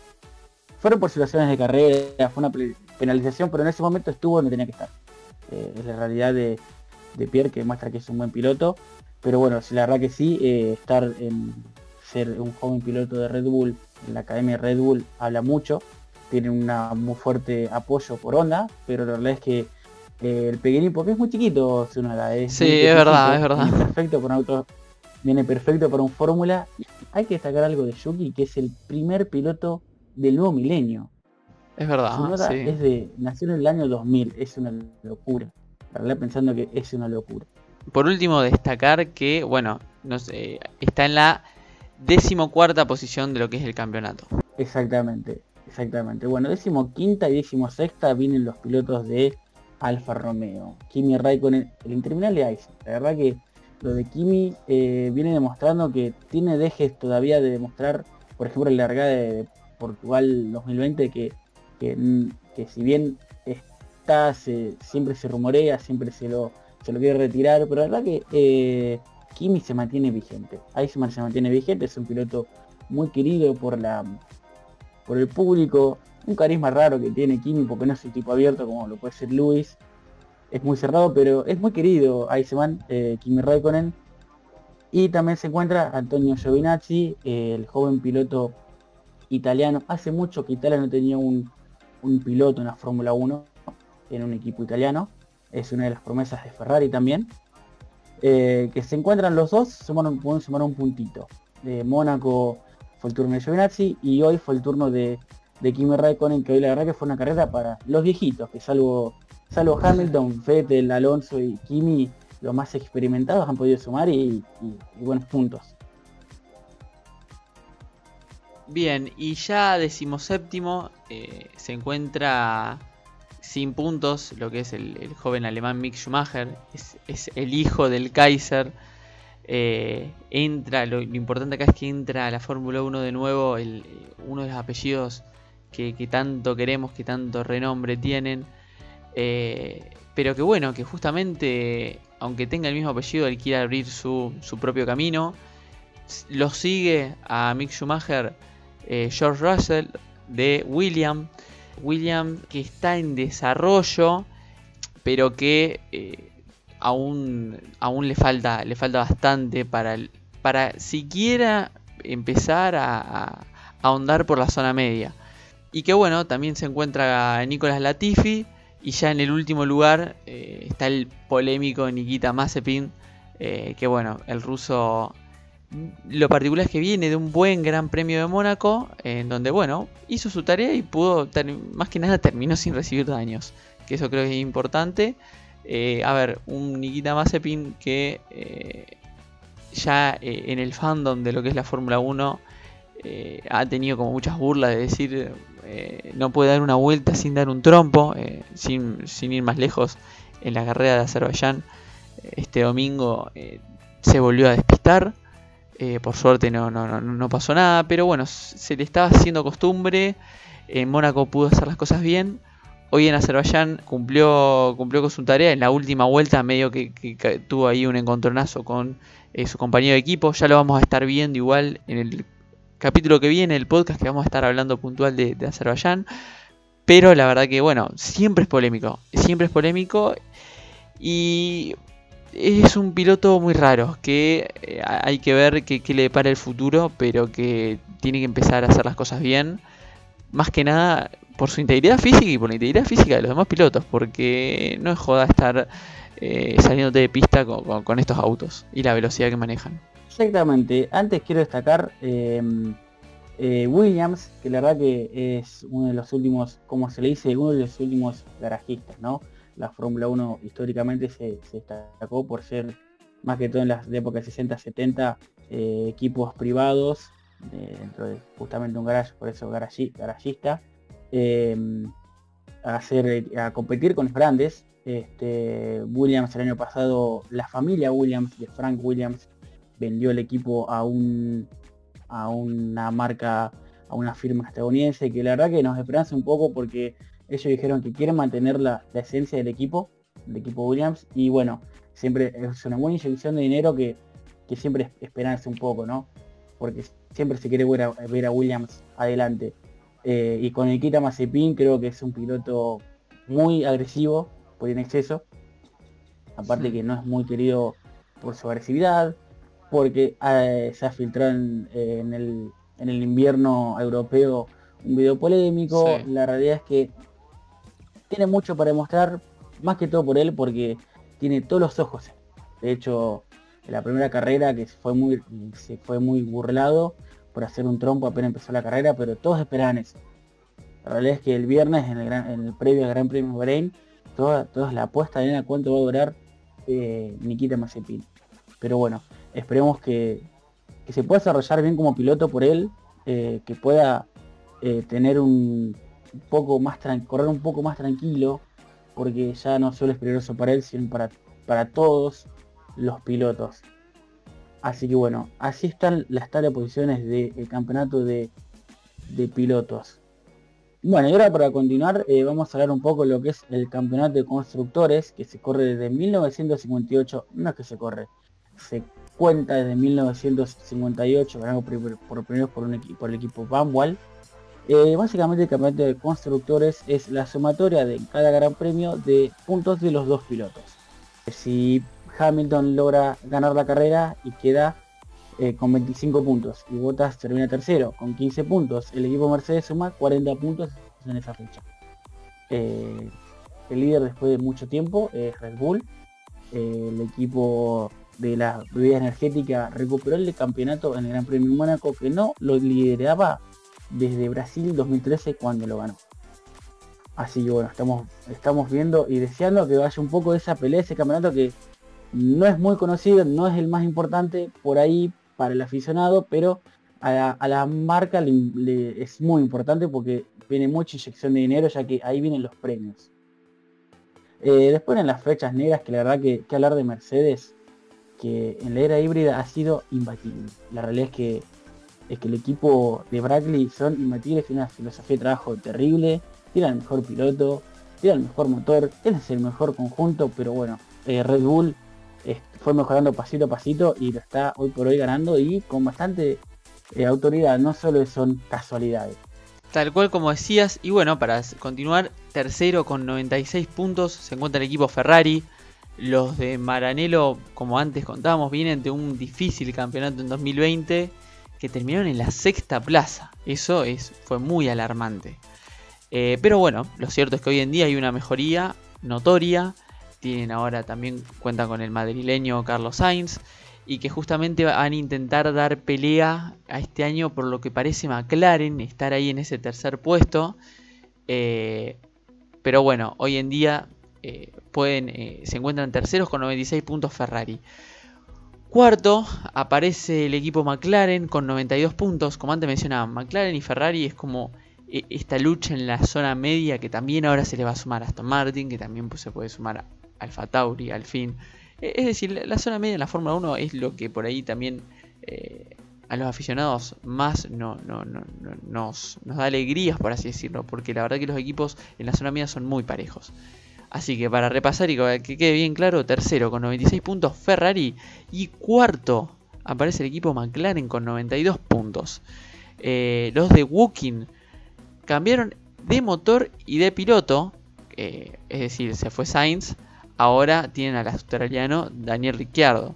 Fueron por situaciones de carrera, fue una penalización, pero en ese momento estuvo donde tenía que estar. Eh, es la realidad de, de Pierre, que muestra que es un buen piloto. Pero bueno, la verdad que sí, eh, estar en... ser un joven piloto de Red Bull en la academia de Red Bull habla mucho, tiene un muy fuerte apoyo por Honda, pero la verdad es que eh, el pequeñín, porque es muy chiquito, Tsunoda, es sí, es verdad, es verdad. Viene perfecto para un auto, viene perfecto para un Fórmula. Hay que destacar algo de Yuki, que es el primer piloto del nuevo milenio. Es verdad, Tsunoda sí. es de, nació en el año dos mil, es una locura. La verdad pensando que es una locura. Por último, destacar que, bueno, no sé, está en la decimocuarta posición de lo que es el campeonato. Exactamente, exactamente. Bueno, decimoquinta y decimosexta vienen los pilotos de Alfa Romeo. Kimi Raikkonen, el interminable Ice. La verdad que lo de Kimi eh, viene demostrando que tiene dejes todavía de demostrar, por ejemplo, en la largada de Portugal dos mil veinte, que, que, que si bien está, se, siempre se rumorea, siempre se lo, se lo quiere retirar, pero la verdad que eh, Kimi se mantiene vigente. Iceman se mantiene vigente, es un piloto muy querido por la por el público, un carisma raro que tiene Kimi porque no es un tipo abierto como lo puede ser Lewis. Es muy cerrado, pero es muy querido Iceman, eh, Kimi Räikkönen. Y también se encuentra Antonio Giovinazzi, eh, el joven piloto italiano. Hace mucho que Italia no tenía un, un piloto en la Fórmula uno, en un equipo italiano. Es una de las promesas de Ferrari también. Eh, que se encuentran los dos, sumaron, pueden sumar un puntito. De Mónaco fue el turno de Giovinazzi y hoy fue el turno de, de Kimi Räikkönen, que hoy la verdad que fue una carrera para los viejitos, que salvo, salvo Hamilton, Vettel, Alonso y Kimi, los más experimentados han podido sumar y, y, y buenos puntos. Bien, y ya decimoséptimo eh, se encuentra sin puntos lo que es el, el joven alemán Mick Schumacher, es, es el hijo del Kaiser. Eh, entra, lo, lo importante acá es que entra a la Fórmula uno de nuevo el, uno de los apellidos que, que tanto queremos, que tanto renombre tienen. Eh, pero que bueno, que justamente, aunque tenga el mismo apellido, él quiere abrir su, su propio camino. Lo sigue a Mick Schumacher eh, George Russell de Williams. Williams que está en desarrollo, pero que eh, aún, aún le falta, le falta bastante para, para siquiera empezar a, a, a ahondar por la zona media. Y que bueno, también se encuentra Nicolas Latifi. Y ya en el último lugar eh, está el polémico Nikita Mazepin, eh, que bueno, el ruso, lo particular es que viene de un buen Gran Premio de Mónaco, eh, en donde bueno, hizo su tarea y pudo, más que nada terminó sin recibir daños, que eso creo que es importante. Eh, a ver, un Nikita Mazepin que eh, ya eh, en el fandom de lo que es la Fórmula uno eh, ha tenido como muchas burlas de decir... Eh, no puede dar una vuelta sin dar un trompo, eh, sin, sin ir más lejos. En la carrera de Azerbaiyán este domingo eh, se volvió a despistar, eh, por suerte no, no, no, no pasó nada, pero bueno, se le estaba haciendo costumbre. En Mónaco pudo hacer las cosas bien, hoy en Azerbaiyán cumplió, cumplió con su tarea. En la última vuelta medio que, que, que tuvo ahí un encontronazo con eh, su compañero de equipo. Ya lo vamos a estar viendo igual en el capítulo que viene, el podcast que vamos a estar hablando puntual de, de Azerbaiyán. Pero la verdad que bueno, siempre es polémico, siempre es polémico y es un piloto muy raro que eh, hay que ver qué le depara el futuro, pero que tiene que empezar a hacer las cosas bien, más que nada por su integridad física y por la integridad física de los demás pilotos, porque no es joda estar eh, saliéndote de pista con, con, con estos autos y la velocidad que manejan. Exactamente, antes quiero destacar eh, eh, Williams, que la verdad que es uno de los últimos, como se le dice, uno de los últimos garajistas, ¿no? La Fórmula uno históricamente se, se destacó por ser, más que todo en las épocas sesenta setenta, eh, equipos privados, eh, dentro de justamente un garage, por eso garaji, garagista, eh, a, hacer, a competir con los grandes. Este, Williams el año pasado, la familia Williams, de Frank Williams, vendió el equipo a un a una marca, a una firma estadounidense, que la verdad que nos esperanza un poco porque ellos dijeron que quieren mantener la, la esencia del equipo, del equipo Williams, y bueno, siempre es una buena inyección de dinero que, que siempre esperanza un poco, ¿no? Porque siempre se quiere ver a, ver a Williams adelante. Eh, y con Nikita Mazepin creo que es un piloto muy agresivo, por en exceso, aparte que no es muy querido por su agresividad, porque eh, se ha filtrado en, eh, en, el, en el invierno europeo un video polémico. Sí. La realidad es que tiene mucho para demostrar, más que todo por él, porque tiene todos los ojos. De hecho, en la primera carrera, que fue muy, se fue muy burlado por hacer un trompo apenas empezó la carrera, pero todos esperaban eso. La realidad es que el viernes, en el, gran, en el previo al Gran Premio de Bahrein, toda, toda la apuesta de a cuánto va a durar eh, Nikita Mazepin. Pero bueno, esperemos que, que se pueda desarrollar bien como piloto por él, eh, que pueda eh, tener un, un poco más correr un poco más tranquilo, porque ya no solo es peligroso para él, sino para, para todos los pilotos. Así que bueno, así están las tablas de posiciones del campeonato de, de pilotos. Bueno, y ahora para continuar eh, vamos a hablar un poco de lo que es el campeonato de constructores, que se corre desde mil novecientos cincuenta y ocho, no es que se corre, se cuenta desde mil novecientos cincuenta y ocho, ganado por, por primero por, un equipo, por el equipo Vanwall. Eh, básicamente el campeonato de constructores es la sumatoria de cada gran premio de puntos de los dos pilotos. Si Hamilton logra ganar la carrera y queda eh, con veinticinco puntos y Bottas termina tercero con quince puntos, el equipo Mercedes suma cuarenta puntos en esa fecha. Eh, el líder después de mucho tiempo es Red Bull. Eh, el equipo de la bebida energética recuperó el campeonato en el Gran Premio de Mónaco, que no lo lideraba desde Brasil dos mil trece cuando lo ganó. Así que bueno, estamos, estamos viendo y deseando que vaya un poco de esa pelea, ese campeonato que no es muy conocido, no es el más importante por ahí para el aficionado, pero a la, a la marca le, le, es muy importante porque viene mucha inyección de dinero, ya que ahí vienen los premios. Eh, después en las flechas negras, que la verdad que, que hablar de Mercedes, que en la era híbrida ha sido imbatible. La realidad es que, es que el equipo de Brackley son imbatibles, tiene una filosofía de trabajo terrible, tiene el mejor piloto, tiene el mejor motor, tiene el mejor conjunto, pero bueno, eh, Red Bull eh, fue mejorando pasito a pasito y lo está hoy por hoy ganando y con bastante eh, autoridad, no solo son casualidades. Tal cual como decías, y bueno, para continuar, tercero con noventa y seis puntos se encuentra el equipo Ferrari. Los de Maranello, como antes contábamos, vienen de un difícil campeonato en dos mil veinte que terminaron en la sexta plaza. Eso es, fue muy alarmante. Eh, pero bueno, lo cierto es que hoy en día hay una mejoría notoria. Tienen ahora también, cuentan con el madrileño Carlos Sainz, y que justamente van a intentar dar pelea a este año por lo que parece McLaren, estar ahí en ese tercer puesto. Eh, pero bueno, hoy en día eh, pueden, eh, se encuentran terceros con noventa y seis puntos Ferrari. Cuarto aparece el equipo McLaren con noventa y dos puntos. Como antes mencionaba, McLaren y Ferrari es como eh, esta lucha en la zona media, que también ahora se le va a sumar a Aston Martin, que también pues, se puede sumar a Alfa Tauri al fin. Es decir, la zona media en la Fórmula uno es lo que por ahí también eh, a los aficionados más no, no, no, no, nos, nos da alegrías, por así decirlo, porque la verdad que los equipos en la zona media son muy parejos. Así que para repasar y que quede bien claro, tercero con noventa y seis puntos Ferrari y cuarto aparece el equipo McLaren con noventa y dos puntos. Eh, los de Woking cambiaron de motor y de piloto, eh, es decir, se fue Sainz. Ahora tienen al australiano Daniel Ricciardo.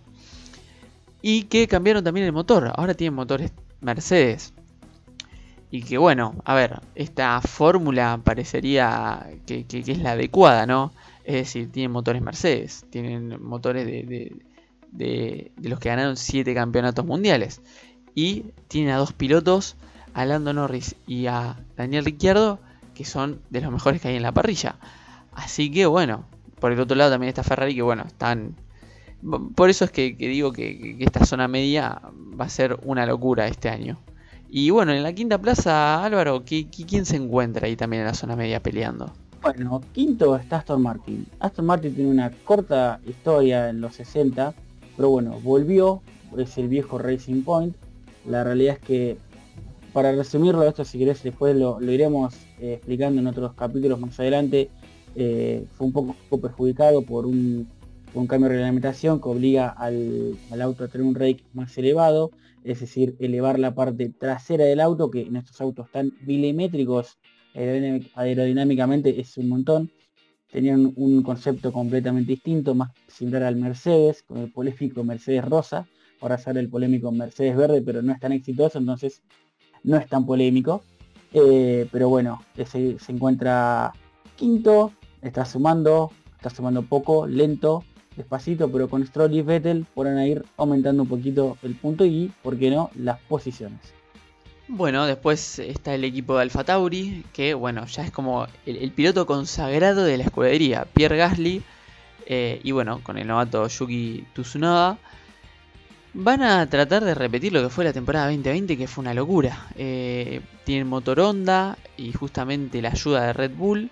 Y que cambiaron también el motor. Ahora tienen motores Mercedes. Y que bueno, a ver, esta fórmula parecería que, que, que es la adecuada, ¿no? Es decir, tienen motores Mercedes. Tienen motores de, de, de, de los que ganaron siete campeonatos mundiales. Y tienen a dos pilotos, a Lando Norris y a Daniel Ricciardo, que son de los mejores que hay en la parrilla. Así que bueno. Por el otro lado también está Ferrari, que bueno, están... Por eso es que, que digo que, que esta zona media va a ser una locura este año. Y bueno, en la quinta plaza, Álvaro, ¿qué, ¿quién se encuentra ahí también en la zona media peleando? Bueno, quinto está Aston Martin. Aston Martin tiene una corta historia en los sesenta, pero bueno, volvió, es el viejo Racing Point. La realidad es que, para resumirlo, esto si querés después lo, lo iremos eh, explicando en otros capítulos más adelante. Eh, fue un poco perjudicado por un, por un cambio de reglamentación que obliga al, al auto a tener un rake más elevado, es decir, elevar la parte trasera del auto, que en estos autos tan milimétricos aerodinámicamente es un montón. Tenían un concepto completamente distinto, más similar al Mercedes, con el polémico Mercedes rosa. Ahora sale el polémico Mercedes verde, pero no es tan exitoso, entonces no es tan polémico. Eh, pero bueno, se, se encuentra quinto. Está sumando, está sumando poco, lento, despacito, pero con Stroll y Vettel podrán ir aumentando un poquito el punto y, ¿por qué no?, las posiciones. Bueno, después está el equipo de Alfa Tauri, que bueno, ya es como el, el piloto consagrado de la escudería, Pierre Gasly, eh, y bueno, con el novato Yuki Tsunoda. Van a tratar de repetir lo que fue la temporada veinte veinte, que fue una locura. Eh, tienen motor Honda y justamente la ayuda de Red Bull.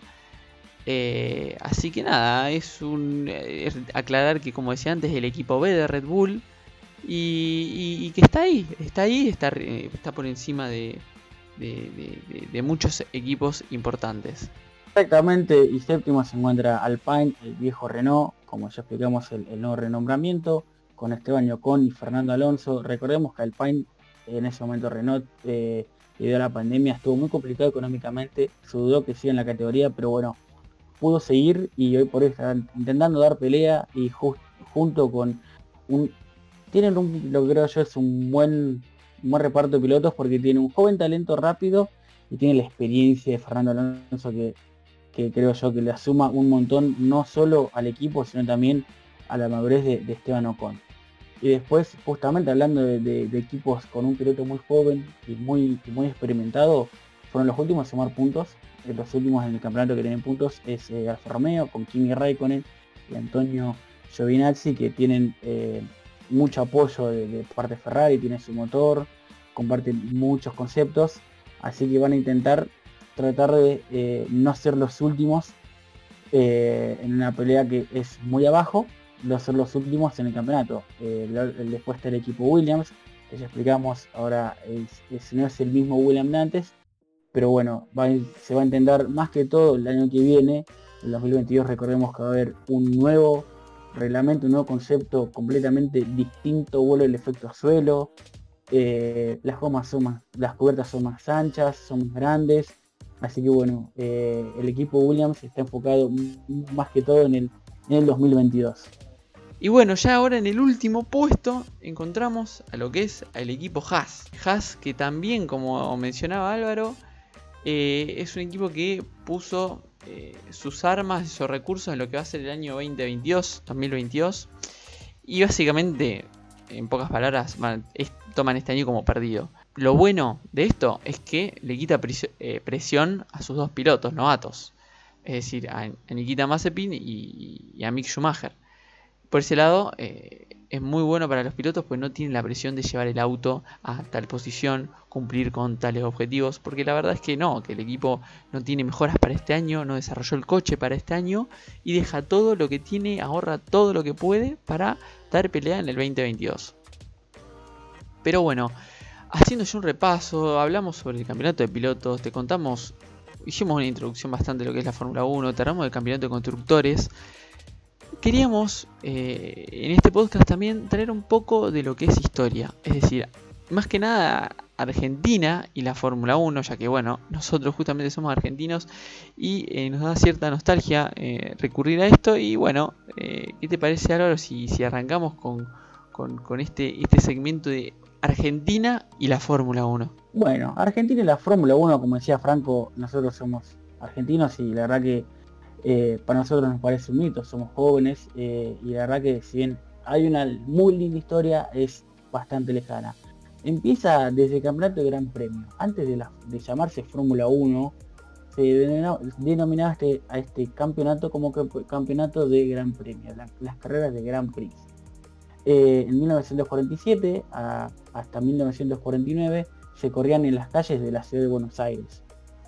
Eh, así que nada, es un es aclarar que, como decía antes, el equipo B de Red Bull y, y, y que está ahí, está ahí, está, está por encima de, de, de, de muchos equipos importantes. Exactamente, y séptimo se encuentra Alpine, el viejo Renault, como ya explicamos el, el nuevo renombramiento. con Esteban Ocon y Fernando Alonso. Recordemos que Alpine, en ese momento Renault, eh, debido a la pandemia, estuvo muy complicado económicamente, se dudó que siga en la categoría, pero bueno, pudo seguir y hoy por hoy están intentando dar pelea y just, junto con un... Tienen un, lo que creo yo es un buen, un buen reparto de pilotos porque tiene un joven talento rápido y tiene la experiencia de Fernando Alonso que, que creo yo que le asuma un montón, no solo al equipo, sino también a la madurez de, de Esteban Ocon. Y después, justamente hablando de, de, de equipos con un piloto muy joven y muy, y muy experimentado, fueron los últimos a sumar puntos. Los últimos en el campeonato que tienen puntos es eh, Alfa Romeo, con Kimi Raikkonen y Antonio Giovinazzi, que tienen eh, mucho apoyo de, de parte de Ferrari, tiene su motor, comparten muchos conceptos, así que van a intentar tratar de eh, no ser los últimos eh, en una pelea que es muy abajo, no ser los últimos en el campeonato. Eh, después está el equipo Williams, que ya explicamos, ahora es, es, no es el mismo Williams de antes, pero bueno, va, se va a intentar más que todo el año que viene, el dos mil veintidós, recordemos que va a haber un nuevo reglamento, un nuevo concepto completamente distinto, vuelo el efecto suelo, eh, las gomas son más, las cubiertas son más anchas, son más grandes, así que bueno, eh, el equipo Williams está enfocado más que todo en el, en el dos mil veintidós. Y bueno, ya ahora en el último puesto encontramos a lo que es el equipo Haas. Haas, que también, como mencionaba Álvaro, eh, es un equipo que puso eh, sus armas y sus recursos en lo que va a ser el año veinte veintidós, dos mil veintidós. Y básicamente, en pocas palabras, man, es, toman este año como perdido. Lo bueno de esto es que le quita presión, eh, presión a sus dos pilotos novatos. Es decir, a, a Nikita Mazepin y, y a Mick Schumacher. Por ese lado, eh, es muy bueno para los pilotos, pues no tienen la presión de llevar el auto a tal posición, cumplir con tales objetivos, porque la verdad es que no, que el equipo no tiene mejoras para este año, no desarrolló el coche para este año y deja todo lo que tiene, ahorra todo lo que puede para dar pelea en el veinte veintidós. Pero bueno, haciendo ya un repaso, hablamos sobre el campeonato de pilotos, te contamos, hicimos una introducción bastante de lo que es la Fórmula uno, te hablamos del campeonato de constructores. Queríamos eh, en este podcast también traer un poco de lo que es historia, es decir, más que nada Argentina y la Fórmula uno, ya que bueno, nosotros justamente somos argentinos y eh, nos da cierta nostalgia eh, recurrir a esto. Y bueno, eh, ¿qué te parece, Álvaro, si, si arrancamos con, con, con este, este segmento de Argentina y la Fórmula uno? Bueno, Argentina y la Fórmula uno, como decía Franco, nosotros somos argentinos y la verdad que Eh, para nosotros nos parece un mito, somos jóvenes eh, y la verdad que si bien hay una muy linda historia, es bastante lejana. Empieza desde el campeonato de Gran Premio. Antes de, la, de llamarse Fórmula uno, se denominaba, denominaba este, a este campeonato como campeonato de Gran Premio, la, las carreras de Grand Prix. Eh, en mil novecientos cuarenta y siete a, hasta mil novecientos cuarenta y nueve se corrían en las calles de la ciudad de Buenos Aires.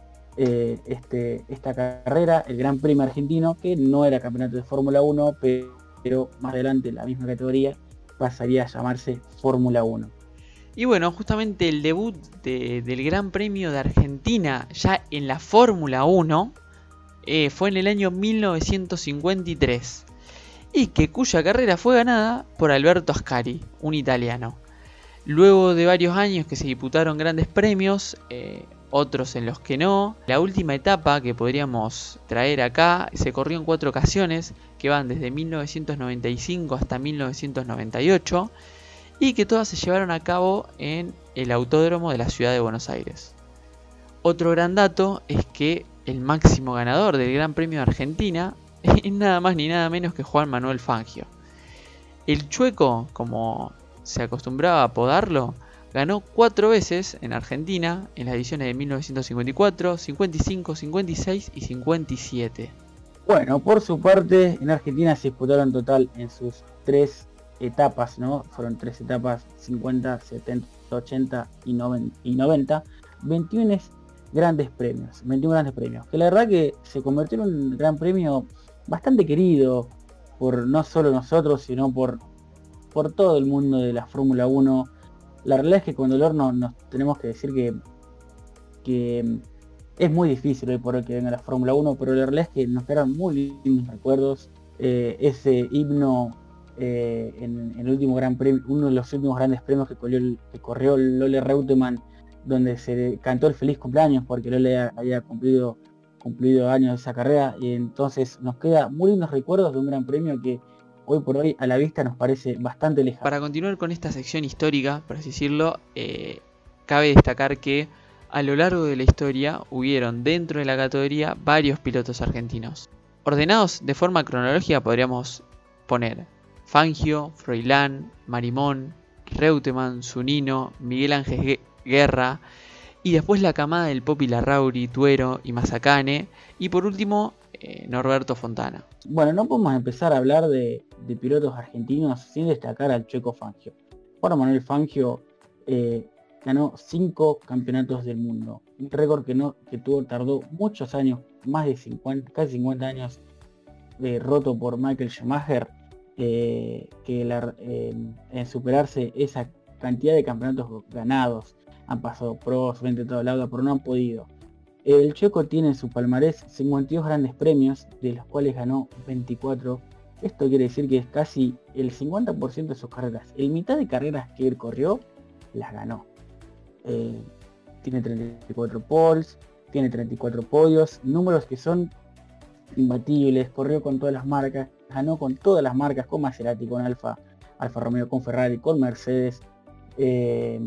Eh, este, esta carrera, el Gran Premio Argentino, que no era campeonato de Fórmula uno, pero, pero más adelante la misma categoría pasaría a llamarse Fórmula uno. Y bueno, justamente el debut de, del Gran Premio de Argentina ya en la Fórmula uno eh, fue en el año mil novecientos cincuenta y tres, y que cuya carrera fue ganada por Alberto Ascari, un italiano. Luego de varios años que se disputaron grandes premios, eh, otros en los que no, la última etapa que podríamos traer acá se corrió en cuatro ocasiones, que van desde mil novecientos noventa y cinco hasta mil novecientos noventa y ocho, y que todas se llevaron a cabo en el autódromo de la ciudad de Buenos Aires. Otro gran dato es que el máximo ganador del Gran Premio de Argentina es nada más ni nada menos que Juan Manuel Fangio. El Chueco, como se acostumbraba a apodarlo, ganó cuatro veces en Argentina en las ediciones de mil novecientos cincuenta y cuatro, cincuenta y cinco, cincuenta y seis y cincuenta y siete. Bueno, por su parte, en Argentina se disputaron en total en sus tres etapas, ¿no? Fueron tres etapas, cincuenta, setenta, ochenta y noventa, veintiuno grandes premios, veintiuno grandes premios, que la verdad que se convirtió en un gran premio bastante querido por no solo nosotros, sino por, por todo el mundo de la Fórmula uno. La realidad es que con dolor no, nos tenemos que decir que, que es muy difícil hoy por hoy que venga la Fórmula uno, pero la realidad es que nos quedan muy lindos recuerdos. Eh, ese himno eh, en, en el último gran premio, uno de los últimos grandes premios que corrió, que corrió Lolle Reutemann, donde se cantó el feliz cumpleaños porque Lolle había cumplido, cumplido años de esa carrera, y entonces nos queda muy lindos recuerdos de un gran premio que hoy por hoy a la vista nos parece bastante lejano. Para continuar con esta sección histórica, por así decirlo, eh, cabe destacar que a lo largo de la historia hubieron dentro de la categoría varios pilotos argentinos. Ordenados de forma cronológica podríamos poner Fangio, Froilán, Marimón, Reutemann, Zunino, Miguel Ángel Guerra, y después la camada del Popi Larrauri, Tuero y Mazacane, y por último eh, Norberto Fontana. Bueno, no podemos empezar a hablar de, de pilotos argentinos sin destacar al Checo Fangio. Juan Manuel Fangio eh, ganó cinco campeonatos del mundo, un récord que no que tuvo tardó muchos años, más de cincuenta, casi cincuenta años, eh, roto por Michael Schumacher, eh, que la, eh, en superarse esa cantidad de campeonatos ganados. Han pasado pros, han intentado Lauda, pero no han podido. El Checo tiene en su palmarés cincuenta y dos grandes premios, de los cuales ganó veinticuatro. Esto quiere decir que es casi el cincuenta por ciento de sus carreras. El mitad de carreras que él corrió, las ganó. Eh, tiene treinta y cuatro poles, tiene treinta y cuatro podios, números que son imbatibles. Corrió con todas las marcas, ganó con todas las marcas, con Maserati, con Alfa, Alfa Romeo, con Ferrari, con Mercedes. Eh,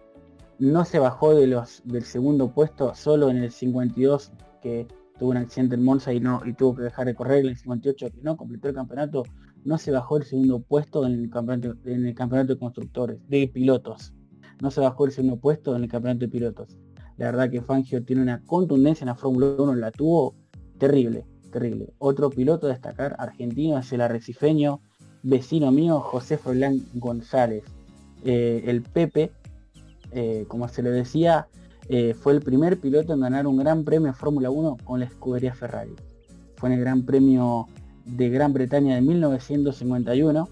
no se bajó de los del segundo puesto solo en el cincuenta y dos, que tuvo un accidente en Monza y no y tuvo que dejar de correr. En el cincuenta y ocho, que no completó el campeonato, no se bajó el segundo puesto en el campeonato en el campeonato de constructores, de pilotos. No se bajó el segundo puesto en el campeonato de pilotos. La verdad que Fangio tiene una contundencia en la Fórmula uno, la tuvo terrible, terrible. Otro piloto a destacar argentino es el arrecifeño, vecino mío, José Froilán González. Eh, el Pepe, eh, como se lo decía, eh, fue el primer piloto en ganar un gran premio de Fórmula uno con la escudería Ferrari. Fue en el Gran Premio de Gran Bretaña de mil novecientos cincuenta y uno.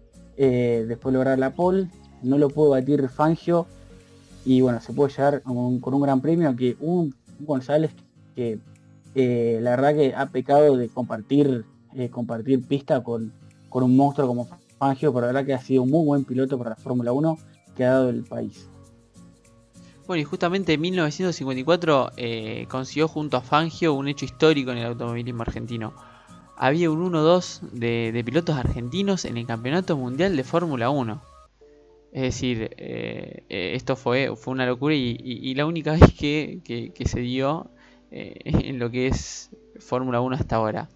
Eh, después de lograr la pole, no lo pudo batir Fangio, y bueno, se puede llegar con, con un gran premio que un, un González que eh, la verdad que ha pecado de compartir eh, compartir pista con, con un monstruo como Fangio, pero la verdad que ha sido un muy buen piloto para la Fórmula uno que ha dado el país. Bueno, y justamente en mil novecientos cincuenta y cuatro eh, consiguió junto a Fangio un hecho histórico en el automovilismo argentino. Había un uno dos de, de pilotos argentinos en el Campeonato Mundial de Fórmula uno. Es decir, eh, eh, esto fue, fue una locura y, y, y la única vez que, que, que se dio eh, en lo que es Fórmula uno hasta ahora.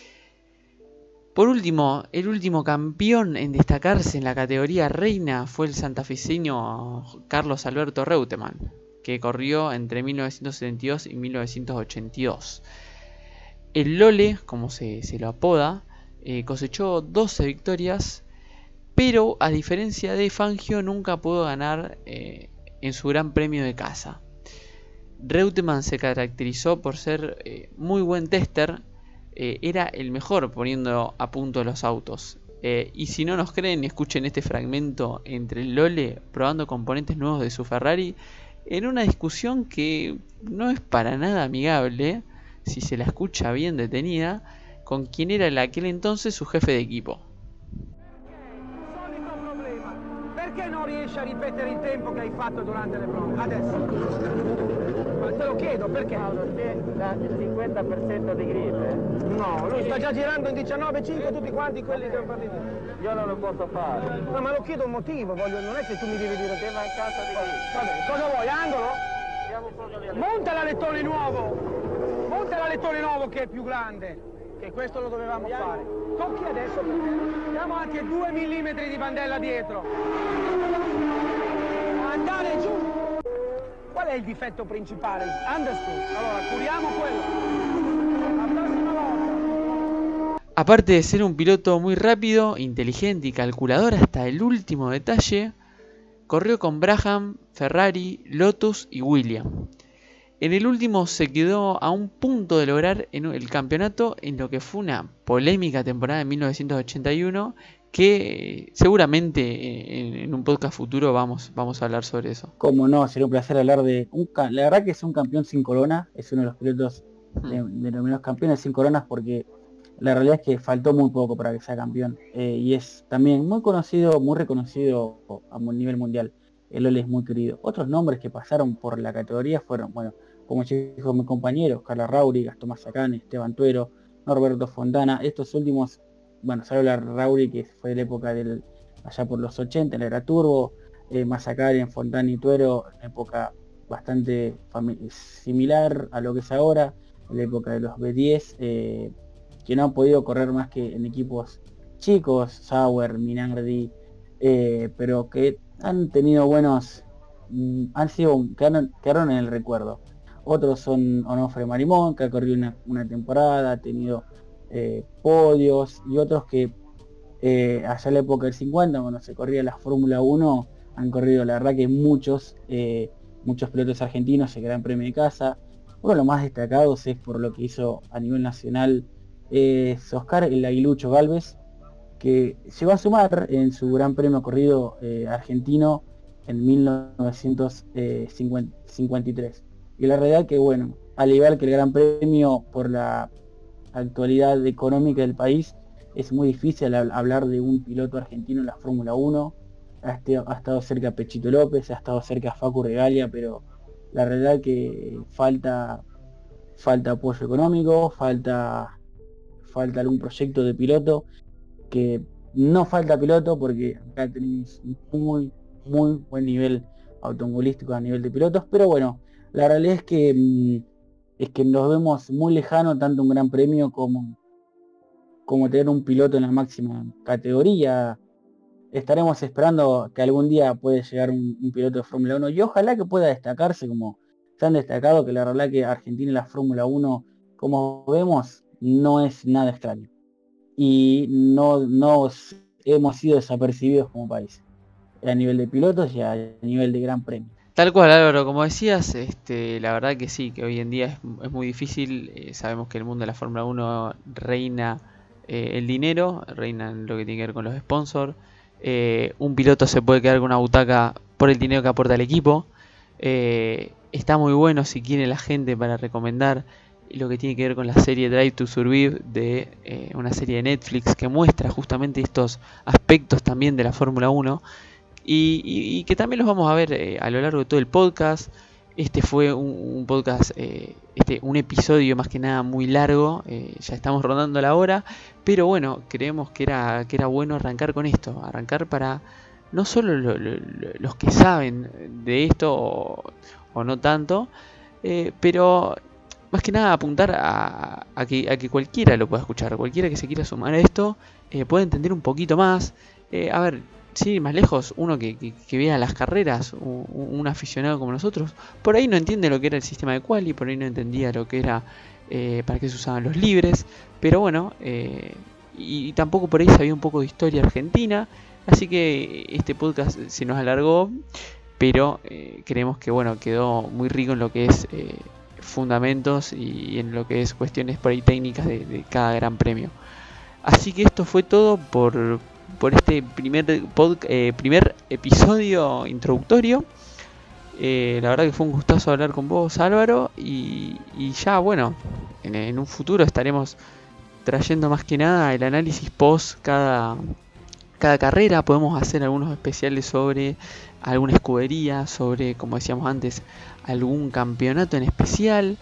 Por último, el último campeón en destacarse en la categoría reina fue el santafesino Carlos Alberto Reutemann, que corrió entre mil novecientos setenta y dos y mil novecientos ochenta y dos. El Lolle, como se, se lo apoda, eh, cosechó doce victorias, pero a diferencia de Fangio nunca pudo ganar eh, en su gran premio de casa. Reutemann se caracterizó por ser eh, muy buen tester, eh, era el mejor poniendo a punto los autos. Eh, y si no nos creen, escuchen este fragmento entre el Lolle probando componentes nuevos de su Ferrari en una discusión que no es para nada amigable, si se la escucha bien detenida, con quien era en aquel entonces su jefe de equipo. Perché non riesci a ripetere il tempo che hai fatto durante le prove? Adesso. Ma te lo chiedo, perché? Paolo, te dà il cinquanta per cento di grip, eh? No, lui sta già girando in diciannove cinque tutti quanti quelli che hanno partito. Io non lo posso fare. No, ma lo chiedo un motivo, voglio, non è che tu mi devi dire che mancanza di grip. Vabbè, cosa vuoi, angolo? Monta l'alettone nuovo! Monta l'alettone nuovo che è più grande! Che questo lo dovevamo fare. Tocchi adesso, abbiamo anche due millimetri di bandella dietro. Andare giù. Qual è il difetto principale? Understood. Allora, curiamo quello. La prossima volta. Aparte de ser un piloto muy rápido, inteligente y calculador hasta el último detalle, corrió con Brabham, Ferrari, Lotus y Williams. En el último se quedó a un punto de lograr el campeonato en lo que fue una polémica temporada de mil novecientos ochenta y uno, que seguramente en un podcast futuro vamos, vamos a hablar sobre eso. Como no, sería un placer hablar de... Un, la verdad que es un campeón sin corona, es uno de los pilotos de, denominados campeones sin coronas, porque la realidad es que faltó muy poco para que sea campeón, eh, y es también muy conocido, muy reconocido a nivel mundial. El Ole es muy querido. Otros nombres que pasaron por la categoría fueron, bueno, como dijo mi compañero, Carla Rauri, Gastón Mazacane, Esteban Tuero, Norberto Fontana. Estos últimos, bueno, salió la Rauri, que fue de la época del, allá por los ochenta, la era Turbo, eh, Mazacane, Fontana y Tuero, en época bastante similar a lo que es ahora, en la época de los B diez, eh, que no han podido correr más que en equipos chicos, Sauer, Minardi, eh, pero que han tenido buenos, mm, han sido, quedaron, quedaron en el recuerdo. Otros son Onofre Marimón, que ha corrido una, una temporada, ha tenido eh, podios, y otros que eh, allá en la época del cincuenta, cuando se corría la Fórmula uno, han corrido, la verdad que muchos, eh, muchos pilotos argentinos, el Gran Premio de Casa. Uno de los más destacados es por lo que hizo a nivel nacional, es Oscar el Aguilucho Gálvez, que llegó a sumar en su Gran Premio corrido eh, argentino en mil novecientos cincuenta y tres. Y la realidad que, bueno, al igual que el Gran Premio, por la actualidad económica del país, es muy difícil hablar de un piloto argentino en la Fórmula uno. Ha, ha estado cerca Pechito López, ha estado cerca Facu Regalia, pero la realidad que falta falta apoyo económico, falta falta algún proyecto de piloto, que no falta piloto porque acá tenemos un muy muy buen nivel automovilístico a nivel de pilotos, pero bueno, la realidad es que es que nos vemos muy lejano tanto un Gran Premio como como tener un piloto en la máxima categoría. Estaremos esperando que algún día pueda llegar un, un piloto de Fórmula uno, y ojalá que pueda destacarse como se han destacado, que la verdad que Argentina en la Fórmula uno, como vemos, no es nada extraño. Y no, no hemos sido desapercibidos como país, a nivel de pilotos y a nivel de Gran Premio. Tal cual, Álvaro, como decías, este, la verdad que sí, que hoy en día es, es muy difícil. Eh, sabemos que el mundo de la Fórmula uno reina eh, el dinero, reina en lo que tiene que ver con los sponsors. Eh, un piloto se puede quedar con una butaca por el dinero que aporta el equipo. Eh, está muy bueno si quiere la gente para recomendar lo que tiene que ver con la serie Drive to Survive, de eh, una serie de Netflix que muestra justamente estos aspectos también de la Fórmula uno, y, y, y que también los vamos a ver eh, a lo largo de todo el podcast. Este fue un, un podcast, eh, este, un episodio más que nada muy largo, eh, ya estamos rondando la hora, pero bueno, creemos que era, que era bueno arrancar con esto, arrancar para no solo lo, lo, lo, los que saben de esto o, o no tanto, eh, pero más que nada apuntar a, a, que, a que cualquiera lo pueda escuchar, cualquiera que se quiera sumar a esto eh, puede entender un poquito más. Eh, a ver, sí, más lejos, uno que, que, que vea las carreras, un, un aficionado como nosotros, por ahí no entiende lo que era el sistema de quali, por ahí no entendía lo que era, eh, para qué se usaban los libres, pero bueno, eh, y, y tampoco por ahí sabía un poco de historia argentina, así que este podcast se nos alargó, pero eh, creemos que bueno, quedó muy rico en lo que es eh, fundamentos y en lo que es cuestiones por ahí técnicas de, de cada gran premio. Así que esto fue todo por... por este primer pod, eh, primer episodio introductorio. Eh, la verdad que fue un gustazo hablar con vos, Álvaro, y, y ya bueno, en, en un futuro estaremos trayendo más que nada el análisis post cada, cada carrera. Podemos hacer algunos especiales sobre alguna escudería, sobre, como decíamos antes, algún campeonato en especial,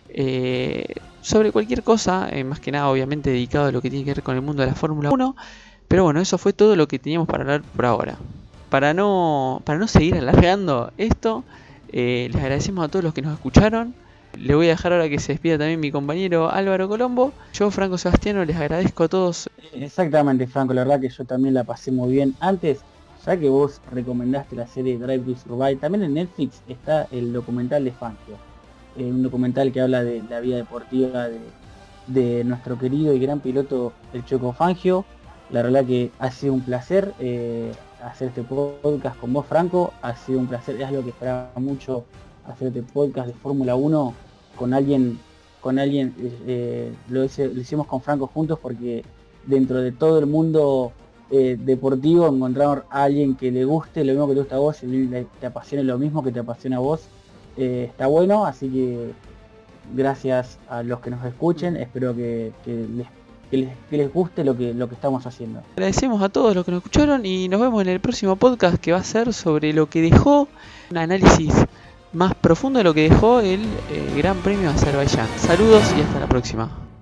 eh, sobre cualquier cosa, eh, más que nada obviamente dedicado a lo que tiene que ver con el mundo de la Fórmula uno. Pero bueno, eso fue todo lo que teníamos para hablar por ahora. Para no, para no seguir alargando esto, eh, les agradecemos a todos los que nos escucharon. Le voy a dejar ahora que se despida también mi compañero Álvaro Colombo. Yo, Franco Sebastiano, les agradezco a todos. Exactamente, Franco, la verdad que yo también la pasé muy bien. Antes, ya que vos recomendaste la serie Drive to Survive, también en Netflix está el documental de Fangio. Eh, un documental que habla de la vida deportiva de, de nuestro querido y gran piloto, el Choco Fangio. La verdad que ha sido un placer eh, hacer este podcast con vos, Franco. Ha sido un placer, es algo que esperaba mucho, hacer este podcast de Fórmula uno con alguien, con alguien eh, lo, hice, lo hicimos con Franco juntos porque dentro de todo el mundo eh, deportivo encontrar a alguien que le guste lo mismo que te gusta a vos y te apasione lo mismo que te apasiona a vos. Eh, está bueno, así que gracias a los que nos escuchen, espero que, que les que les, que les guste lo que, lo que estamos haciendo. Agradecemos a todos los que nos escucharon y nos vemos en el próximo podcast, que va a ser sobre lo que dejó, un análisis más profundo de lo que dejó el eh, Gran Premio de Azerbaiyán. Saludos y hasta la próxima.